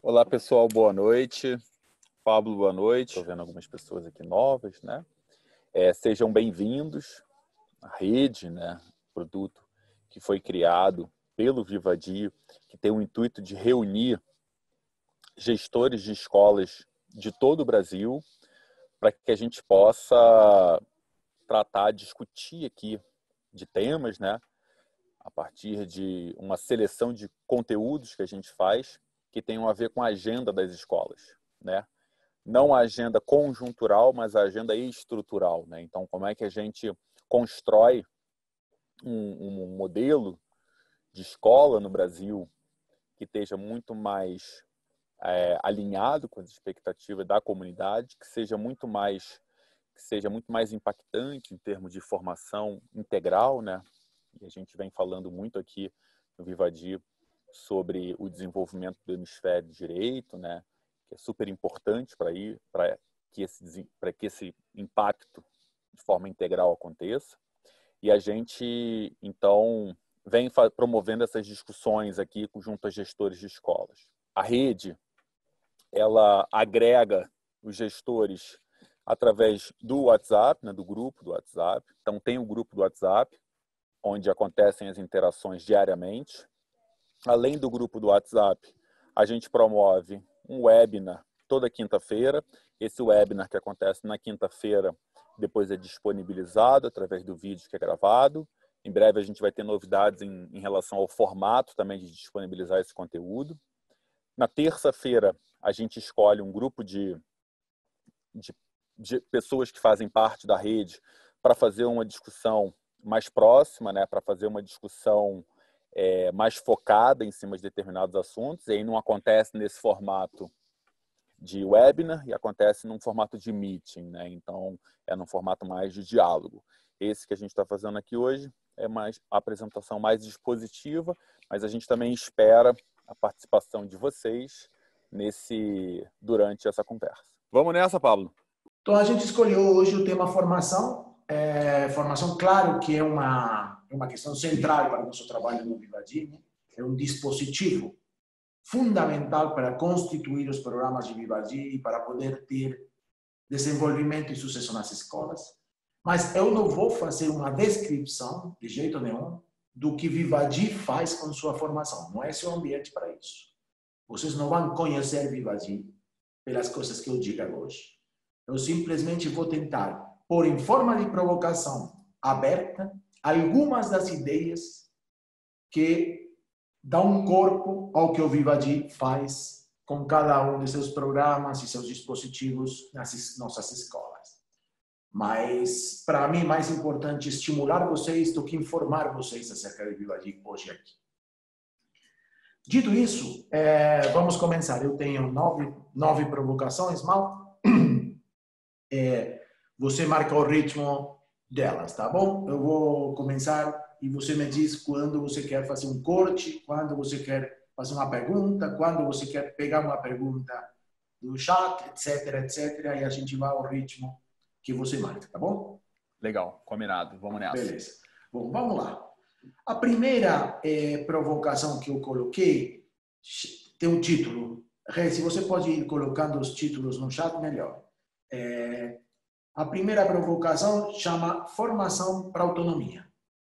Olá, pessoal, boa noite. Pablo, boa noite. Estou vendo algumas pessoas aqui novas, né? Sejam bem-vindos à rede, né? Produto que foi criado pelo Vivadi, que tem o intuito de reunir gestores de escolas de todo o Brasil para que a gente possa tratar, discutir aqui de temas, né? A partir de uma seleção de conteúdos que a gente faz que tenham a ver com a agenda das escolas, né? Não a agenda conjuntural, mas a agenda estrutural, né? Então, como é que a gente constrói um modelo de escola no Brasil que esteja muito mais alinhado com as expectativas da comunidade, que seja muito mais impactante em termos de formação integral, né? E a gente vem falando muito aqui no Vivadi sobre o desenvolvimento do hemisfério direito, né? Que é super importante para que esse impacto de forma integral aconteça. E a gente, então, vem promovendo essas discussões aqui junto a gestores de escolas. A rede, ela agrega os gestores através do WhatsApp, né, do grupo do WhatsApp. Então, tem o grupo do WhatsApp, onde acontecem as interações diariamente. Além do grupo do WhatsApp, a gente promove um webinar toda quinta-feira. Esse webinar que acontece na quinta-feira, depois é disponibilizado através do vídeo que é gravado. Em breve a gente vai ter novidades em relação ao formato também de disponibilizar esse conteúdo. Na terça-feira, a gente escolhe um grupo de pessoas que fazem parte da rede para fazer uma discussão mais próxima, né? Para fazer uma discussão mais focada em cima de determinados assuntos. E aí não acontece nesse formato de webinar e acontece num formato de meeting, né? Então, é num formato mais de diálogo. Esse que a gente está fazendo aqui hoje é mais a apresentação mais expositiva, mas a gente também espera a participação de vocês durante essa conversa. Vamos nessa, Pablo? Então, a gente escolheu hoje o tema formação. Formação, claro que é uma questão central para o nosso trabalho no Vivadi, né? É um dispositivo fundamental para constituir os programas de Vivadi e para poder ter desenvolvimento e sucesso nas escolas. Mas eu não vou fazer uma descrição, de jeito nenhum, do que Vivadi faz com sua formação. Não é esse o ambiente para isso. Vocês não vão conhecer Vivadi pelas coisas que eu digo hoje. Eu simplesmente vou tentar pôr em forma de provocação aberta algumas das ideias que dão corpo ao que o Vivadi faz com cada um de seus programas e seus dispositivos nas nossas escolas. Mas, para mim, mais importante estimular vocês do que informar vocês acerca do Vivadi hoje aqui. Dito isso, vamos começar. Eu tenho nove provocações, Mal. Você marca o ritmo delas, tá bom? Eu vou começar e você me diz quando você quer fazer um corte, quando você quer fazer uma pergunta, quando você quer pegar uma pergunta do chat, etc, etc. E a gente vai ao ritmo que você marca, tá bom? Legal, combinado. Vamos nessa. Beleza. Bom, vamos lá. A primeira provocação que eu coloquei tem um título. Rê, se você pode ir colocando os títulos no chat, melhor. A primeira provocação chama formação para autonomia.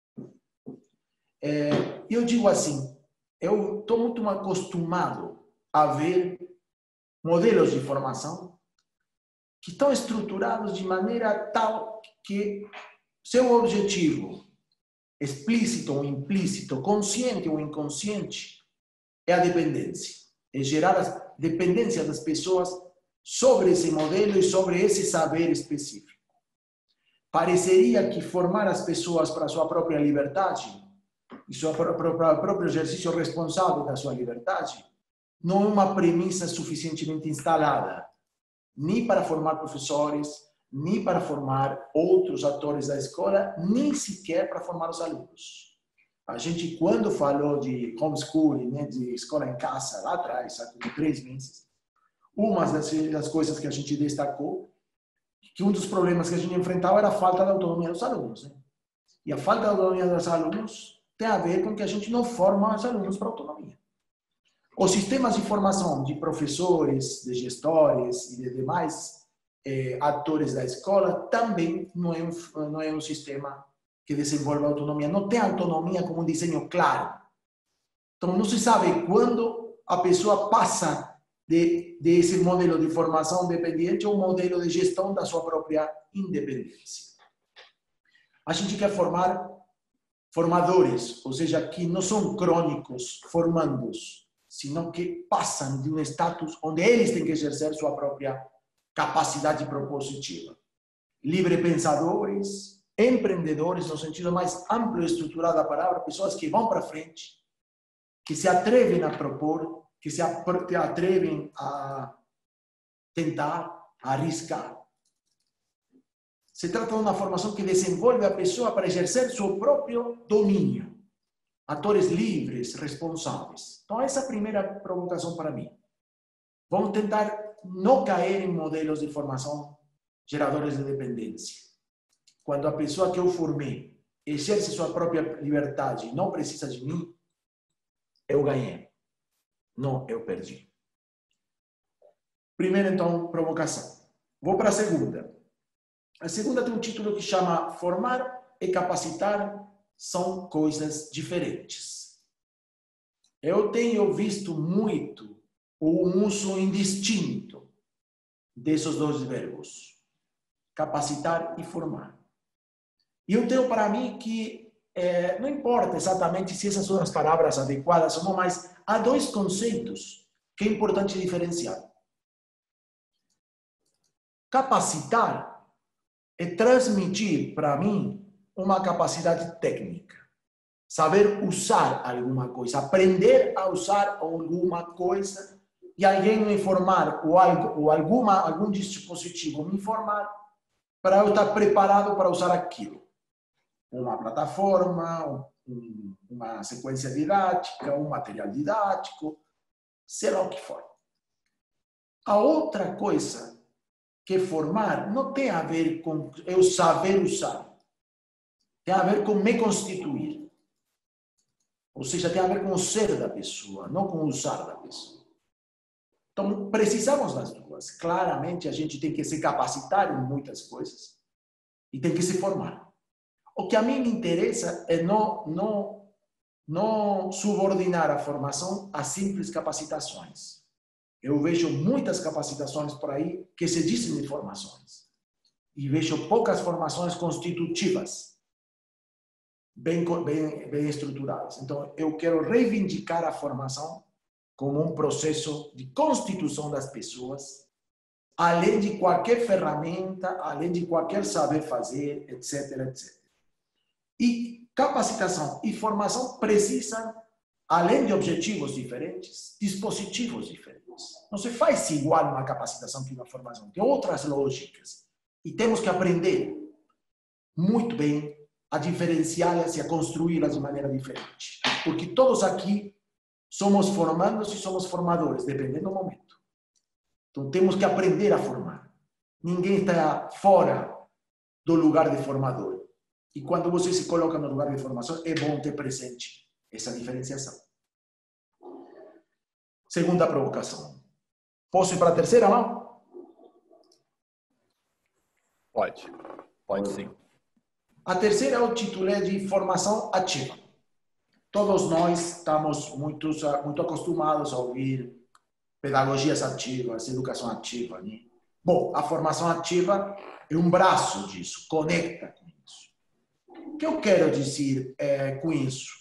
Eu digo assim, eu estou muito acostumado a ver modelos de formação que estão estruturados de maneira tal que seu objetivo, explícito ou implícito, consciente ou inconsciente, é a dependência. É gerar a dependência das pessoas sobre esse modelo e sobre esse saber específico. Pareceria que formar as pessoas para a sua própria liberdade e seu próprio exercício responsável da sua liberdade não é uma premissa suficientemente instalada, nem para formar professores, nem para formar outros atores da escola, nem sequer para formar os alunos. A gente, quando falou de homeschooling, né, de escola em casa, lá atrás, há 3 meses, uma das coisas que a gente destacou, que um dos problemas que a gente enfrentava era a falta da autonomia dos alunos. Né? E a falta da autonomia dos alunos tem a ver com que a gente não forma os alunos para autonomia. Os sistemas de formação de professores, de gestores e de demais atores da escola também não é um sistema que desenvolve autonomia. Não tem autonomia como um desenho claro. Então, não se sabe quando a pessoa passa desse modelo de formação dependente a um modelo de gestão da sua própria independência. A gente quer formar formadores, ou seja, que não são crônicos formandos, sino que passam de um status onde eles têm que exercer sua própria capacidade propositiva. Livre-pensadores, empreendedores, no sentido mais amplo e estruturado da palavra, pessoas que vão para frente, que se atrevem a propor, que se atrevem a tentar, a arriscar. Se trata de uma formação que desenvolve a pessoa para exercer seu próprio domínio. Atores livres, responsáveis. Então, essa é a primeira provocação para mim. Vamos tentar não cair em modelos de formação geradores de dependência. Quando a pessoa que eu formei exerce sua própria liberdade e não precisa de mim, eu ganhei. Não, eu perdi. Primeira, então, provocação. Vou para a segunda. A segunda tem um título que chama Formar e Capacitar são coisas diferentes. Eu tenho visto muito o uso indistinto desses dois verbos, capacitar e formar. E eu tenho para mim que não importa exatamente se essas são as palavras adequadas ou não, mas há dois conceitos que é importante diferenciar. Capacitar é transmitir para mim uma capacidade técnica. Saber usar alguma coisa, aprender a usar alguma coisa e alguém me informar ou algum dispositivo me informar para eu estar preparado para usar aquilo. Uma plataforma, uma sequência didática, um material didático, sei lá o que for. A outra coisa que formar não tem a ver com eu saber usar. Tem a ver com me constituir. Ou seja, tem a ver com o ser da pessoa, não com o usar da pessoa. Então, precisamos das duas. Claramente, a gente tem que se capacitar em muitas coisas e tem que se formar. O que a mim me interessa é não subordinar a formação a simples capacitações. Eu vejo muitas capacitações por aí que se dizem de formações. E vejo poucas formações constitutivas, bem estruturadas. Então, eu quero reivindicar a formação como um processo de constituição das pessoas, além de qualquer ferramenta, além de qualquer saber fazer, etc, etc. E capacitação e formação precisam, além de objetivos diferentes, dispositivos diferentes. Não se faz igual uma capacitação que uma formação. Tem outras lógicas. E temos que aprender muito bem a diferenciá-las e a construí-las de maneira diferente. Porque todos aqui somos formandos e somos formadores, dependendo do momento. Então, temos que aprender a formar. Ninguém está fora do lugar de formador. E quando você se coloca no lugar de formação, é bom ter presente essa diferenciação. Segunda provocação. Posso ir para a terceira, não? Pode sim. A terceira eu titulei de formação ativa. Todos nós estamos muito acostumados a ouvir pedagogias ativas, educação ativa, né? Bom, a formação ativa é um braço disso, conecta com isso. O que eu quero dizer com isso?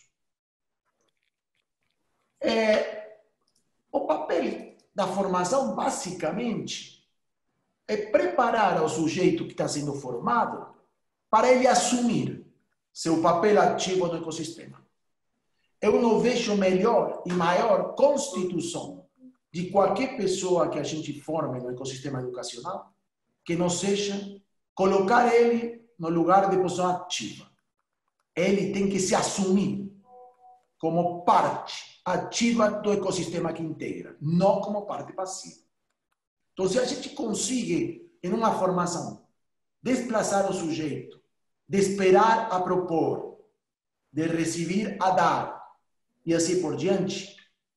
O papel da formação, basicamente, é preparar o sujeito que está sendo formado para ele assumir seu papel ativo no ecossistema. Eu não vejo melhor e maior constituição de qualquer pessoa que a gente forme no ecossistema educacional que não seja colocar ele no lugar de posição ativa. Ele tem que se assumir como parte ativa do ecossistema que integra, não como parte passiva. Então, se a gente consegue, em uma formação, desplaçar o sujeito, de esperar a propor, de receber a dar, e assim por diante,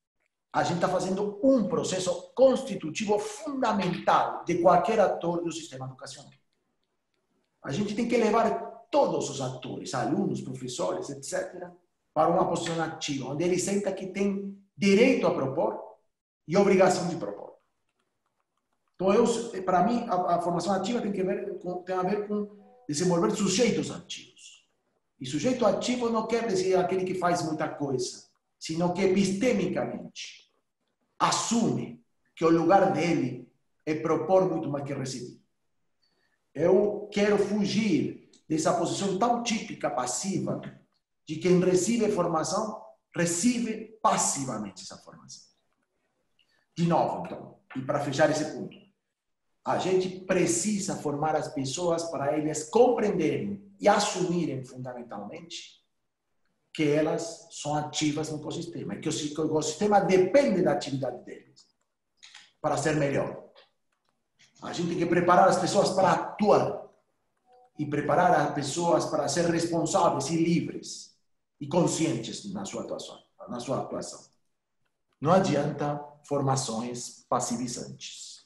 a gente está fazendo um processo constitutivo fundamental de qualquer ator do sistema educacional. A gente tem que levar todos os atores, alunos, professores, etc., para uma posição ativa, onde ele senta que tem direito a propor e obrigação de propor. Então, para mim, a formação ativa tem a ver com desenvolver sujeitos ativos. E sujeito ativo não quer dizer aquele que faz muita coisa, sino que epistemicamente assume que o lugar dele é propor muito mais que receber. Eu quero fugir dessa posição tão típica passiva de quem recebe formação, recebe passivamente essa formação. De novo, então, e para fechar esse ponto, a gente precisa formar as pessoas para eles compreenderem e assumirem fundamentalmente que elas são ativas no ecossistema, que o ecossistema depende da atividade deles para ser melhor. A gente tem que preparar as pessoas para atuar e preparar as pessoas para ser responsáveis e livres e conscientes na sua atuação. Não adianta formações passivizantes.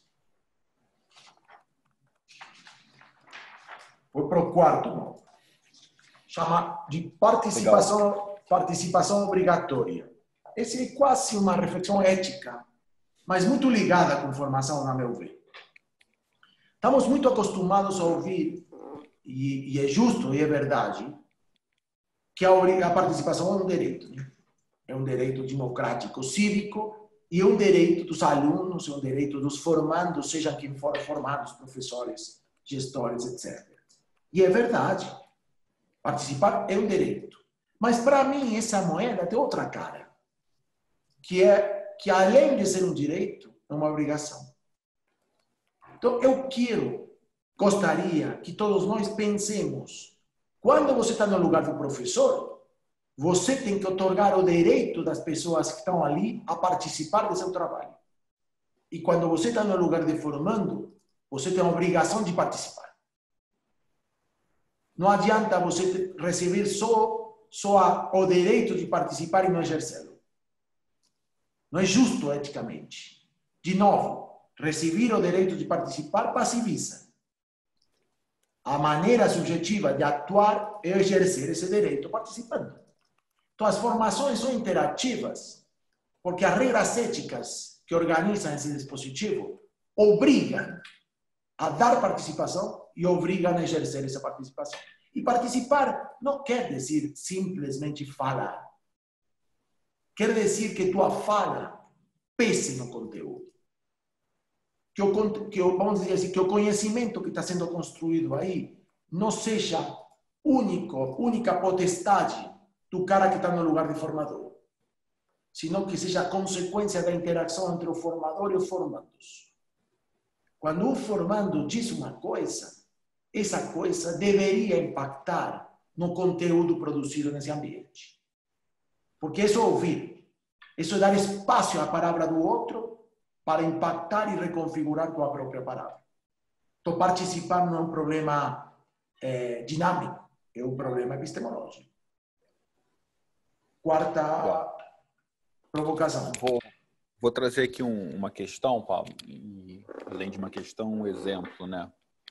Vou para o quarto modo. Chama de participação obrigatória. Essa é quase uma reflexão ética, mas muito ligada com formação, na meu ver. Estamos muito acostumados a ouvir, e é justo e é verdade, que a participação é um direito. Né? É um direito democrático, cívico, e é um direito dos alunos, é um direito dos formandos, sejam quem forem formados, professores, gestores, etc. E é verdade. Participar é um direito. Mas, para mim, essa moeda tem outra cara, que é que, além de ser um direito, é uma obrigação. Então, eu gostaria que todos nós pensemos, quando você está no lugar do professor, você tem que otorgar o direito das pessoas que estão ali a participar do seu trabalho. E quando você está no lugar de formando, você tem a obrigação de participar. Não adianta você receber só o direito de participar e não exercê-lo. Não é justo eticamente. De novo, receber o direito de participar passiviza. A maneira subjetiva de atuar é exercer esse direito participando. Então, as formações são interativas, porque as regras éticas que organizam esse dispositivo obrigam a dar participação e obrigam a exercer essa participação. E participar não quer dizer simplesmente falar. Quer dizer que tua fala pese no conteúdo. Vamos dizer assim, que o conhecimento que está sendo construído aí não seja única potestade do cara que está no lugar de formador, sino que seja consequência da interação entre o formador e os formandos. Quando o formando diz uma coisa, essa coisa deveria impactar no conteúdo produzido nesse ambiente. Porque isso é ouvir. Isso é dar espaço à palavra do outro para impactar e reconfigurar tua própria palavra. Então, participar não é um problema dinâmico, é um problema epistemológico. Quarta provocação. Vou trazer aqui uma questão, Paulo, e além de uma questão, um exemplo, né?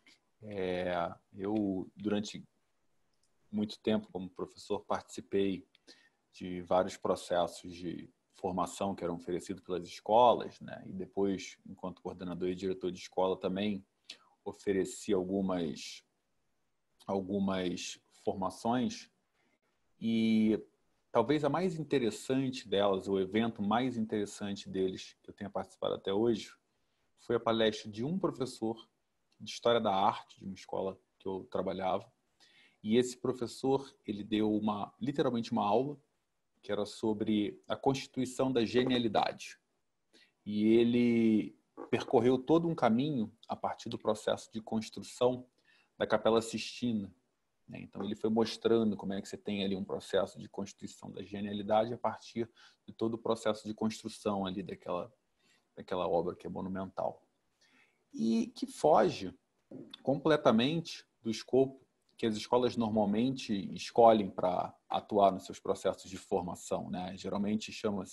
Eu, durante muito tempo, como professor, participei de vários processos de formação que eram oferecidos pelas escolas, né? E depois, enquanto coordenador e diretor de escola, também ofereci algumas formações, e talvez a mais interessante delas, o evento mais interessante deles que eu tenha participado até hoje, foi a palestra de um professor de História da Arte, de uma escola que eu trabalhava. E esse professor, ele deu literalmente uma aula que era sobre a constituição da genialidade. E ele percorreu todo um caminho a partir do processo de construção da Capela Sistina. Então, ele foi mostrando como é que você tem ali um processo de constituição da genialidade a partir de todo o processo de construção ali daquela obra que é monumental. E que foge completamente do escopo que as escolas normalmente escolhem para atuar nos seus processos de formação, né? Geralmente chama-se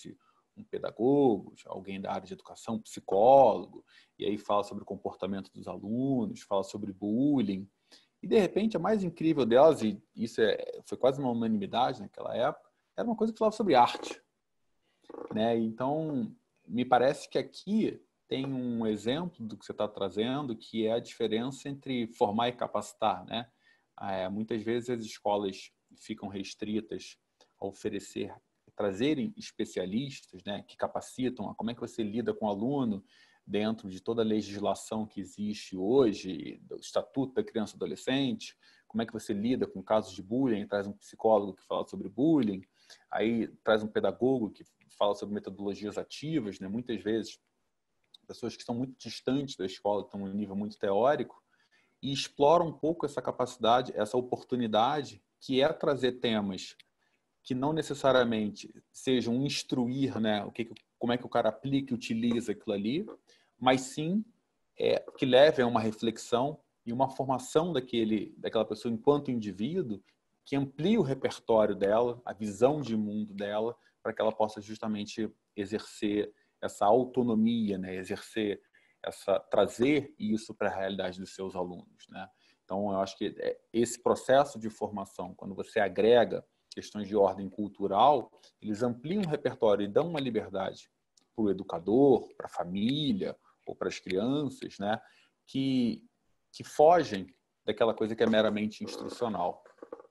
um pedagogo, alguém da área de educação, um psicólogo, e aí fala sobre o comportamento dos alunos, fala sobre bullying. E, de repente, a mais incrível delas, e isso foi quase uma unanimidade naquela época, era uma coisa que falava sobre arte, né? Então, me parece que aqui tem um exemplo do que você está trazendo, que é a diferença entre formar e capacitar, né? Muitas vezes as escolas ficam restritas a oferecer, trazerem especialistas, né, que capacitam como é que você lida com o aluno dentro de toda a legislação que existe hoje, do Estatuto da Criança e Adolescente, como é que você lida com casos de bullying, traz um psicólogo que fala sobre bullying, aí traz um pedagogo que fala sobre metodologias ativas, né? Muitas vezes pessoas que estão muito distantes da escola, estão em um nível muito teórico, e exploram um pouco essa capacidade, essa oportunidade, que é trazer temas que não necessariamente sejam instruir, né, como é que o cara aplica e utiliza aquilo ali, mas sim que leve a uma reflexão e uma formação daquela pessoa enquanto indivíduo, que amplie o repertório dela, a visão de mundo dela, para que ela possa justamente exercer essa autonomia, né, trazer isso para a realidade dos seus alunos, né? Então, eu acho que esse processo de formação, quando você agrega questões de ordem cultural, eles ampliam o repertório e dão uma liberdade para o educador, para a família ou para as crianças, né, que fogem daquela coisa que é meramente instrucional.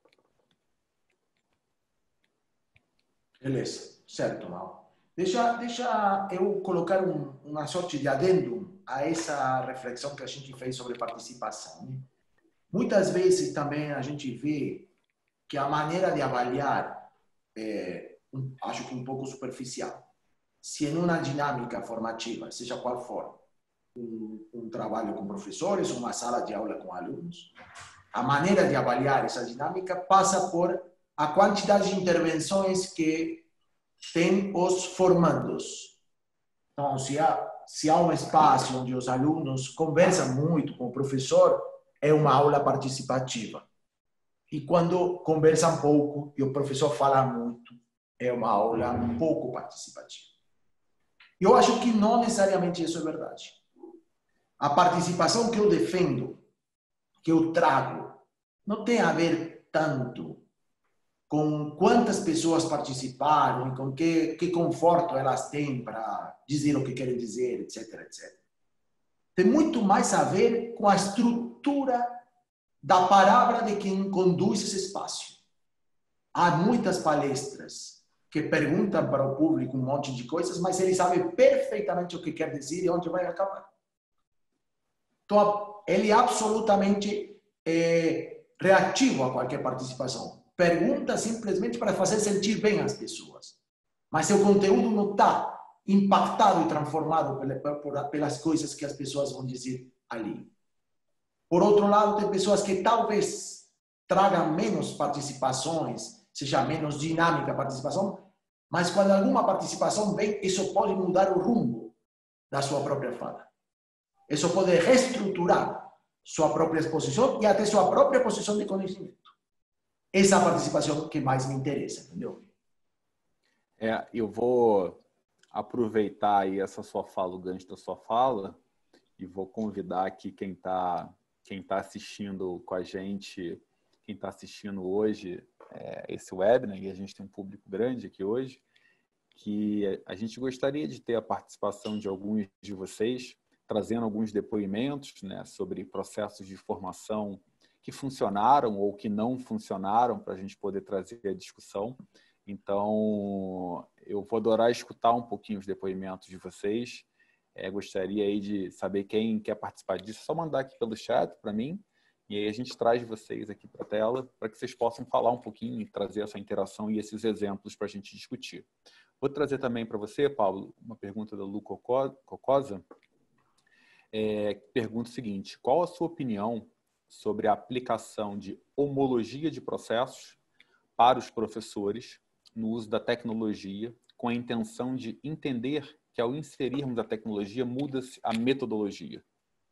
Beleza, certo, Mal. Deixa eu colocar uma sorte de adendo a essa reflexão que a gente fez sobre participação, né? Muitas vezes também a gente vê que a maneira de avaliar acho que um pouco superficial. Se em uma dinâmica formativa, seja qual for, um trabalho com professores, uma sala de aula com alunos, a maneira de avaliar essa dinâmica passa por a quantidade de intervenções que tem os formandos. Então, se há um espaço onde os alunos conversam muito com o professor, é uma aula participativa. E quando conversam pouco e o professor fala muito, é uma aula um pouco participativa. Eu acho que não necessariamente isso é verdade. A participação que eu defendo, que eu trago, não tem a ver tanto com quantas pessoas participaram e com que conforto elas têm para dizer o que querem dizer, etc, etc. Tem muito mais a ver com a estrutura da palavra de quem conduz esse espaço. Há muitas palestras que perguntam para o público um monte de coisas, mas ele sabe perfeitamente o que quer dizer e onde vai acabar. Então, ele é absolutamente reativo a qualquer participação. Pergunta simplesmente para fazer sentir bem as pessoas. Mas seu conteúdo não está impactado e transformado pelas coisas que as pessoas vão dizer ali. Por outro lado, tem pessoas que talvez tragam menos participações, seja menos dinâmica a participação, mas quando alguma participação vem, isso pode mudar o rumo da sua própria fala. Isso pode reestruturar sua própria exposição e até sua própria posição de conhecimento. Essa é a participação que mais me interessa, entendeu? Eu vou aproveitar aí essa sua fala, o gancho da sua fala, e vou convidar aqui quem tá assistindo com a gente, quem está assistindo hoje esse webinar, e a gente tem um público grande aqui hoje, que a gente gostaria de ter a participação de alguns de vocês, trazendo alguns depoimentos, né, sobre processos de formação que funcionaram ou que não funcionaram, para a gente poder trazer a discussão. Então, eu vou adorar escutar um pouquinho os depoimentos de vocês. Gostaria aí de saber quem quer participar disso. É só mandar aqui pelo chat para mim, e aí a gente traz vocês aqui para a tela para que vocês possam falar um pouquinho e trazer essa interação e esses exemplos para a gente discutir. Vou trazer também para você, Paulo, uma pergunta da Lu Cocosa. Pergunta o seguinte: qual a sua opinião sobre a aplicação de homologia de processos para os professores no uso da tecnologia, com a intenção de entender que, ao inserirmos a tecnologia, muda-se a metodologia?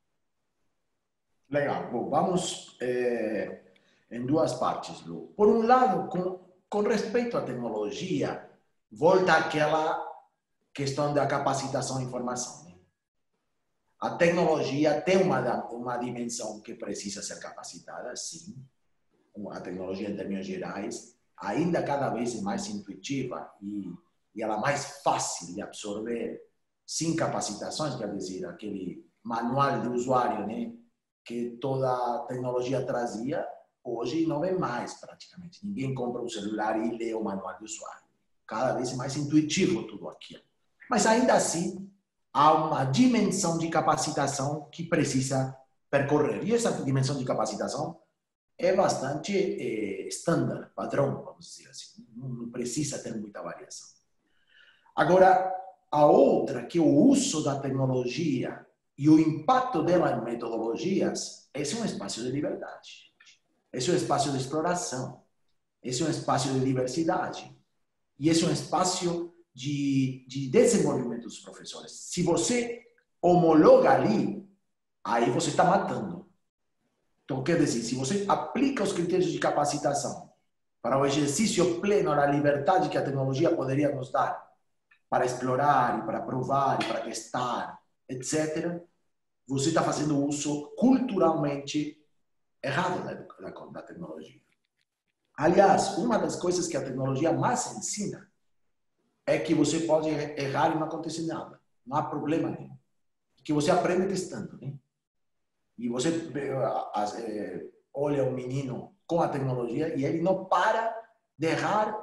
Legal. Bom, vamos em duas partes, Lu. Por um lado, com respeito à tecnologia, volta àquela questão da capacitação e informação. Né? A tecnologia tem uma dimensão que precisa ser capacitada, sim. A tecnologia, em termos gerais, ainda cada vez é mais intuitiva e ela é mais fácil de absorver sem capacitações, quer dizer, aquele manual de usuário, né, que toda a tecnologia trazia, hoje não vem mais praticamente. Ninguém compra um celular e lê o manual de usuário. Cada vez é mais intuitivo tudo aquilo. Mas ainda assim, há uma dimensão de capacitação que precisa percorrer. E essa dimensão de capacitação é bastante estándar, padrão, vamos dizer assim. Não precisa ter muita variação. Agora, a outra, que é o uso da tecnologia e o impacto dela em metodologias, esse é um espaço de liberdade. Esse é um espaço de exploração. Esse é um espaço de diversidade. E esse é um espaço de desenvolvimento dos professores. Se você homologa ali, aí você está matando. Então, quer dizer, se você aplica os critérios de capacitação para o exercício pleno da liberdade que a tecnologia poderia nos dar, para explorar, e para provar, e para testar, etc., você está fazendo uso culturalmente errado da tecnologia. Aliás, uma das coisas que a tecnologia mais ensina é que você pode errar e não acontecer nada. Não há problema nenhum. Que você aprende testando, né? E você olha um menino com a tecnologia e ele não para de errar,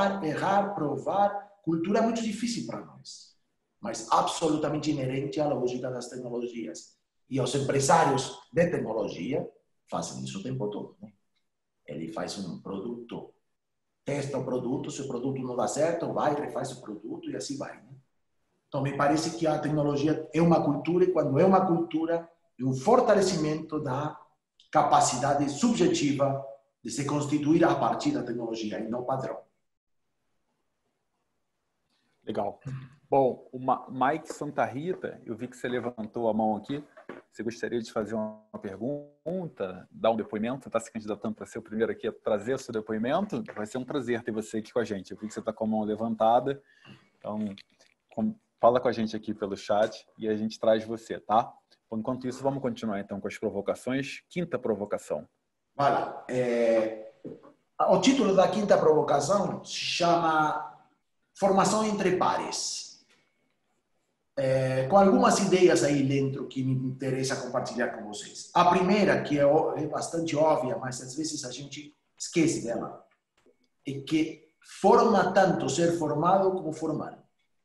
provar. Cultura é muito difícil para nós, mas absolutamente inerente à lógica das tecnologias. E os empresários de tecnologia fazem isso o tempo todo, né? Ele faz um produto, testa o produto, se o produto não dá certo, vai, refaz o produto e assim vai, né? Então, me parece que a tecnologia é uma cultura e quando é uma cultura, é um fortalecimento da capacidade subjetiva de se constituir a partir da tecnologia e não padrão. Legal. Bom, o Mike Santa Rita, eu vi que você levantou a mão aqui. Você gostaria de fazer uma pergunta, dar um depoimento? Você está se candidatando para ser o primeiro aqui a trazer o seu depoimento? Vai ser um prazer ter você aqui com a gente. Eu vi que você está com a mão levantada. Então, fala com a gente aqui pelo chat e a gente traz você, tá? Enquanto isso, vamos continuar então com as provocações. Quinta provocação. Vai lá. O título da quinta provocação se chama Formação entre Pares. Com algumas ideias aí dentro que me interessa compartilhar com vocês. A primeira, que é bastante óbvia, mas às vezes a gente esquece dela, é que forma tanto ser formado como formar.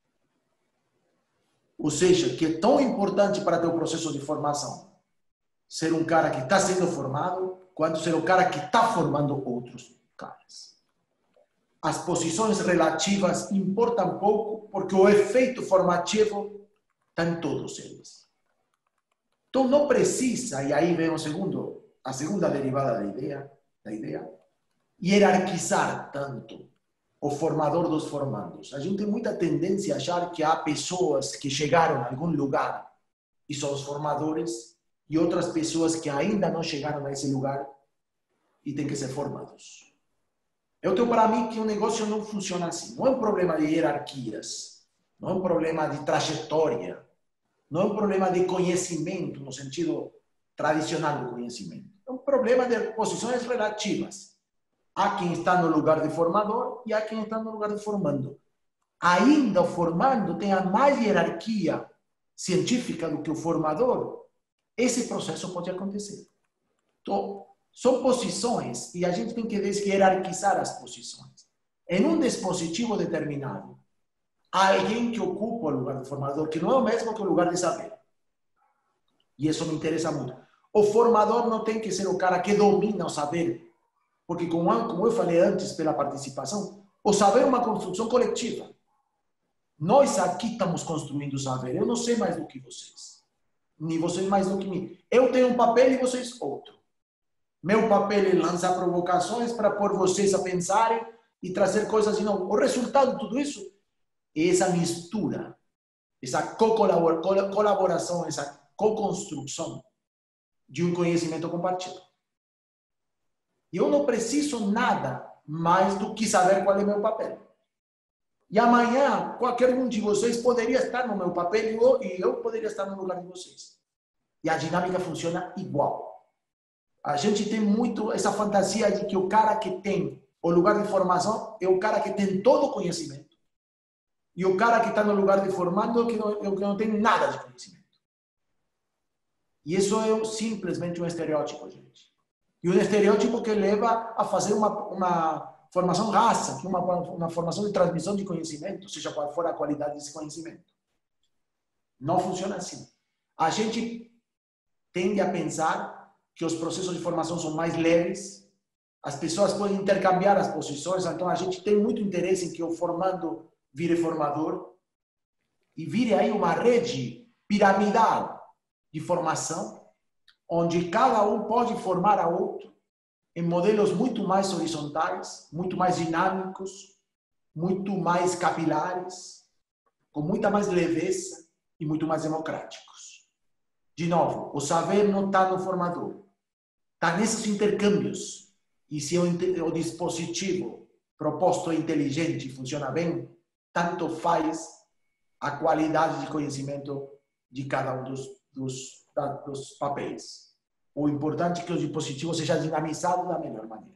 Ou seja, que é tão importante para teu processo de formação ser um cara que está sendo formado, quanto ser o cara que está formando outros caras. As posições relativas importam pouco, porque o efeito formativo está em todos eles. Então não precisa, e aí vem a segunda derivada da ideia, hierarquizar tanto o formador dos formandos. A gente tem muita tendência a achar que há pessoas que chegaram a algum lugar e são os formadores, e outras pessoas que ainda não chegaram a esse lugar e têm que ser formados. Eu tenho para mim que o negócio não funciona assim. Não é um problema de hierarquias, não é um problema de trajetória, não é um problema de conhecimento, no sentido tradicional do conhecimento. É um problema de posições relativas. Há quem está no lugar de formador e há quem está no lugar de formando. Ainda o formando tem a mais hierarquia científica do que o formador. Esse processo pode acontecer. Então, são posições e a gente tem que hierarquizar as posições. Em um dispositivo determinado, há alguém que ocupa o lugar do formador, que não é o mesmo que o lugar de saber. E isso me interessa muito. O formador não tem que ser o cara que domina o saber, porque como eu falei antes pela participação, o saber é uma construção coletiva. Nós aqui estamos construindo o saber. Eu não sei mais do que vocês, nem vocês mais do que mim. Eu tenho um papel e vocês outro. Meu papel é lançar provocações para pôr vocês a pensarem e trazer coisas de novo. O resultado de tudo isso é essa mistura, essa colaboração, essa co-construção de um conhecimento compartilhado. Eu não preciso nada mais do que saber qual é meu papel. E amanhã, qualquer um de vocês poderia estar no meu papel e eu poderia estar no lugar de vocês. E a dinâmica funciona igual. A gente tem muito essa fantasia de que o cara que tem o lugar de formação é o cara que tem todo o conhecimento. E o cara que está no lugar de formando é o que não tem nada de conhecimento. E isso é simplesmente um estereótipo, gente. E um estereótipo que leva a fazer uma formação rasa, que uma formação de transmissão de conhecimento, seja qual for a qualidade desse conhecimento. Não funciona assim. A gente tende a pensar que os processos de formação são mais leves, as pessoas podem intercambiar as posições, então a gente tem muito interesse em que o formando vire formador e vire aí uma rede piramidal de formação, onde cada um pode formar a outro em modelos muito mais horizontais, muito mais dinâmicos, muito mais capilares, com muita mais leveza e muito mais democráticos. De novo, o saber não está no formador, está nesses intercâmbios. E se o dispositivo proposto é inteligente e funciona bem, tanto faz a qualidade de conhecimento de cada um dos papéis. O importante é que o dispositivo seja dinamizado da melhor maneira.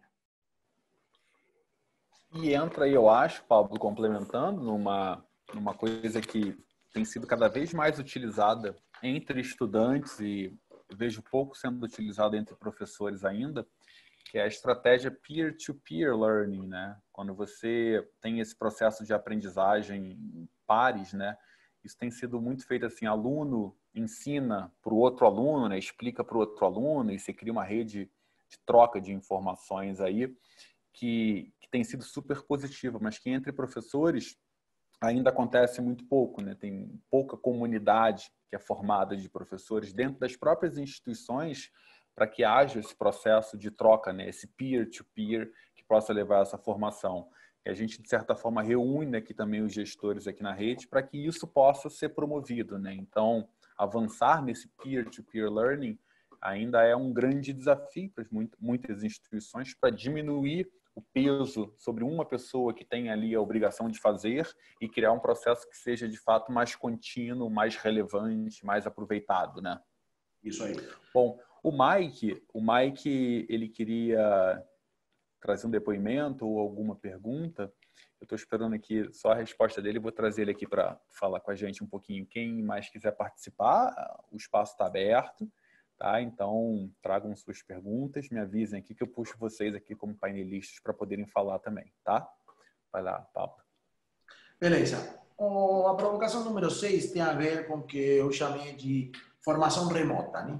E entra aí, eu acho, Pablo, complementando numa coisa que tem sido cada vez mais utilizada entre estudantes e vejo pouco sendo utilizado entre professores ainda, que é a estratégia peer-to-peer learning, né? Quando você tem esse processo de aprendizagem em pares, né? Isso tem sido muito feito assim, aluno ensina para o outro aluno, né? Explica para o outro aluno e você cria uma rede de troca de informações aí que tem sido super positiva, mas que entre professores ainda acontece muito pouco, né? Tem pouca comunidade que é formada de professores dentro das próprias instituições para que haja esse processo de troca, né? Esse peer-to-peer que possa levar a essa formação. E a gente, de certa forma, reúne aqui também os gestores aqui na rede para que isso possa ser promovido, né? Então, avançar nesse peer-to-peer learning ainda é um grande desafio para muitas instituições para diminuir o peso sobre uma pessoa que tem ali a obrigação de fazer e criar um processo que seja, de fato, mais contínuo, mais relevante, mais aproveitado, né? Isso aí. Bom, o Mike, ele queria trazer um depoimento ou alguma pergunta. Eu estou esperando aqui só a resposta dele. Vou trazer ele aqui para falar com a gente um pouquinho. Quem mais quiser participar, o espaço está aberto. Tá? Então, tragam suas perguntas, me avisem aqui que eu puxo vocês aqui como painelistas para poderem falar também, tá? Vai lá, Pablo. Beleza. A provocação número 6 tem a ver com o que eu chamei de formação remota, né?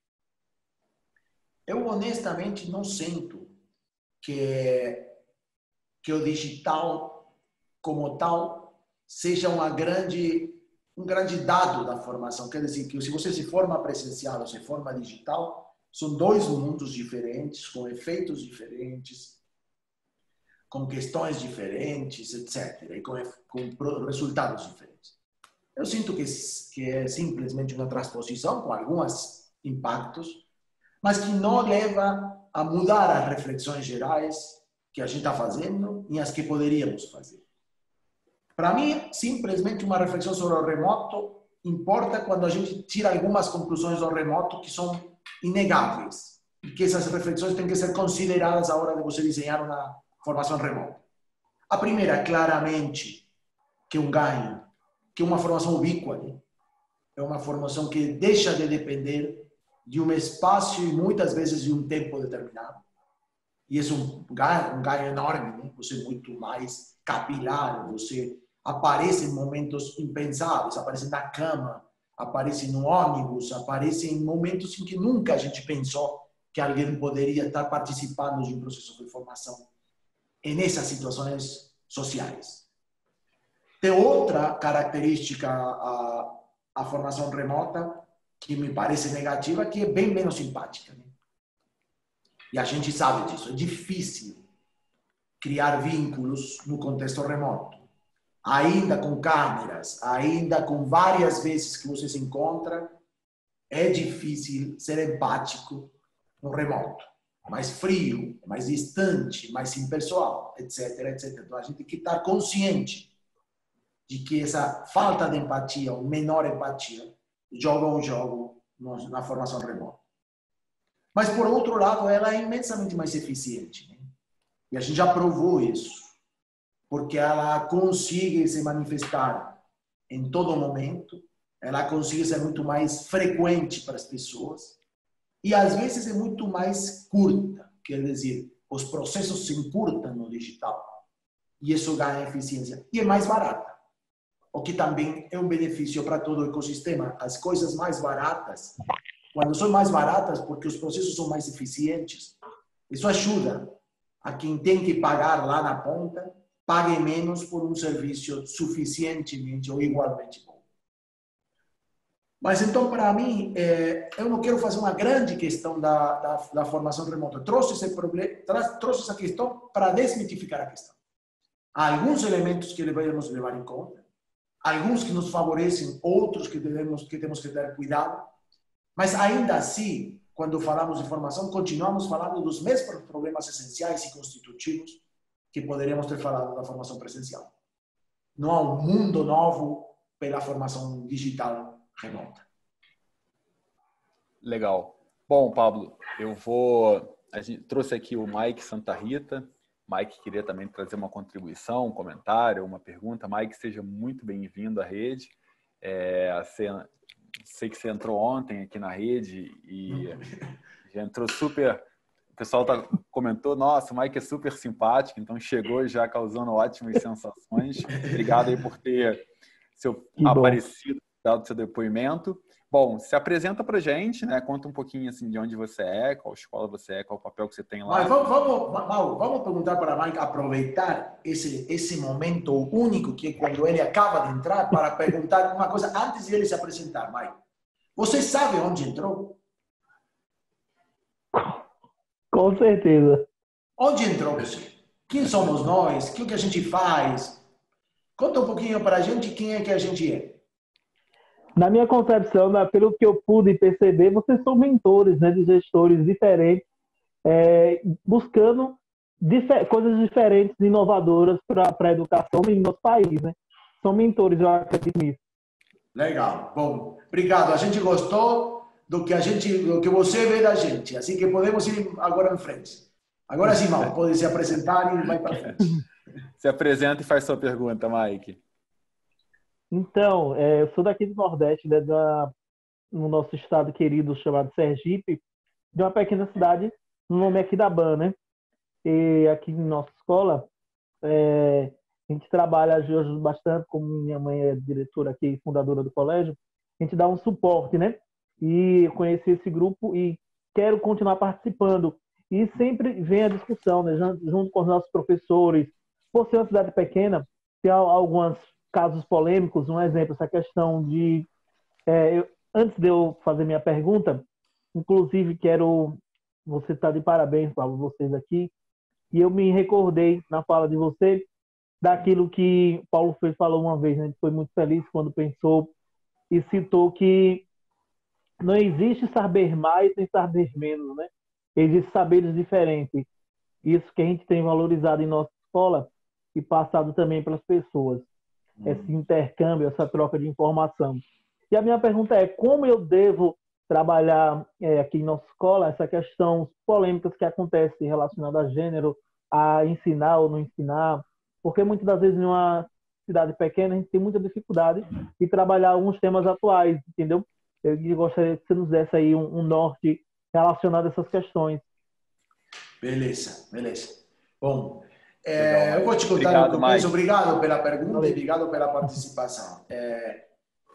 Eu, honestamente, não sinto que o digital, como tal, seja um grande dado da formação. Quer dizer, que se você se forma presencial ou se forma digital, são dois mundos diferentes, com efeitos diferentes, com questões diferentes, etc. E com resultados diferentes. Eu sinto que é simplesmente uma transposição com alguns impactos, mas que não leva a mudar as reflexões gerais que a gente está fazendo e as que poderíamos fazer. Para mim, simplesmente uma reflexão sobre o remoto importa quando a gente tira algumas conclusões do remoto que são inegáveis e que essas reflexões têm que ser consideradas à hora de você desenhar uma formação remota. A primeira, claramente, que é um ganho, que é uma formação ubíqua, né? É uma formação que deixa de depender de um espaço e muitas vezes de um tempo determinado. E isso é um ganho enorme, né? Você é muito mais capilar, você aparece em momentos impensáveis, aparece na cama, aparece no ônibus, aparece em momentos em que nunca a gente pensou que alguém poderia estar participando de um processo de formação nessas situações sociais. Tem outra característica a formação remota que me parece negativa, que é bem menos simpática, né? E a gente sabe disso. É difícil criar vínculos no contexto remoto. Ainda com câmeras, ainda com várias vezes que você se encontra, é difícil ser empático no remoto. Mais frio, mais distante, mais impessoal, etc, etc. Então a gente tem que estar consciente de que essa falta de empatia, ou menor empatia, joga um jogo na formação remota. Mas, por outro lado, ela é imensamente mais eficiente, né? E a gente já provou isso, porque ela consegue se manifestar em todo momento, ela consegue ser muito mais frequente para as pessoas e, às vezes, é muito mais curta. Quer dizer, os processos se encurtam no digital e isso ganha eficiência. E é mais barata, o que também é um benefício para todo o ecossistema. As coisas mais baratas, quando são mais baratas, porque os processos são mais eficientes, isso ajuda a quem tem que pagar lá na ponta, pague menos por um serviço suficientemente ou igualmente bom. Mas então, para mim, eu não quero fazer uma grande questão da formação remota. Trouxe esse problema, trouxe essa questão para desmitificar a questão. Há alguns elementos que devemos levar em conta, alguns que nos favorecem, outros que temos que ter cuidado, mas ainda assim, quando falamos de formação, continuamos falando dos mesmos problemas essenciais e constitutivos que poderíamos ter falado da formação presencial. Não há um mundo novo pela formação digital remota. Legal. Bom, Pablo, a gente trouxe aqui o Mike Santa Rita. Mike queria também trazer uma contribuição, um comentário, uma pergunta. Mike, seja muito bem-vindo à rede. Sei que você entrou ontem aqui na rede e já entrou super... O pessoal comentou, nossa, o Mike é super simpático, então chegou já causando ótimas sensações. Obrigado aí por ter aparecido, dado seu depoimento. Bom, se apresenta pra gente, né? Conta um pouquinho assim de onde você é, qual escola você é, qual o papel que você tem lá. Mas vamos perguntar para o Mike aproveitar esse momento único que é quando ele acaba de entrar para perguntar uma coisa antes de ele se apresentar, Mike. Você sabe onde entrou? Com certeza. Onde entrou você? Quem somos nós? O que a gente faz? Conta um pouquinho para a gente quem é que a gente é. Na minha concepção, pelo que eu pude perceber, vocês são mentores, né, de gestores diferentes, buscando coisas diferentes, inovadoras para a educação em nosso país, né? São mentores, eu acredito nisso. Legal. Bom, obrigado. A gente gostou do que você vê da gente, assim que podemos ir agora em frente. Agora sim, Mal, pode se apresentar e vai para frente. Se apresenta e faz sua pergunta, Mike. Então, eu sou daqui do Nordeste, né, no nosso estado querido chamado Sergipe, de uma pequena cidade, no nome aqui da Ban, né? E aqui em nossa escola, a gente trabalha, ajuda bastante, como minha mãe é diretora aqui, fundadora do colégio, a gente dá um suporte, né? E eu conheci esse grupo e quero continuar participando. E sempre vem a discussão, né, junto com os nossos professores. Por ser uma cidade pequena, tem alguns casos polêmicos. Um exemplo, essa questão de... antes de eu fazer minha pergunta, inclusive você está de parabéns para vocês aqui, e eu me recordei na fala de você daquilo que Paulo falou uma vez, né? A gente foi muito feliz quando pensou e citou que não existe saber mais nem saber menos, né? Existem saberes diferentes. Isso que a gente tem valorizado em nossa escola e passado também para as pessoas. Esse intercâmbio, essa troca de informação. E a minha pergunta é, como eu devo trabalhar aqui em nossa escola essa questão polêmicas que acontecem relacionadas a gênero, a ensinar ou não ensinar, porque muitas das vezes em uma cidade pequena a gente tem muita dificuldade de trabalhar alguns temas atuais, entendeu? Eu gostaria que você nos desse aí um norte relacionado a essas questões. Beleza. Bom, eu vou te contar obrigado, Mike. Obrigado pela pergunta e obrigado pela participação. É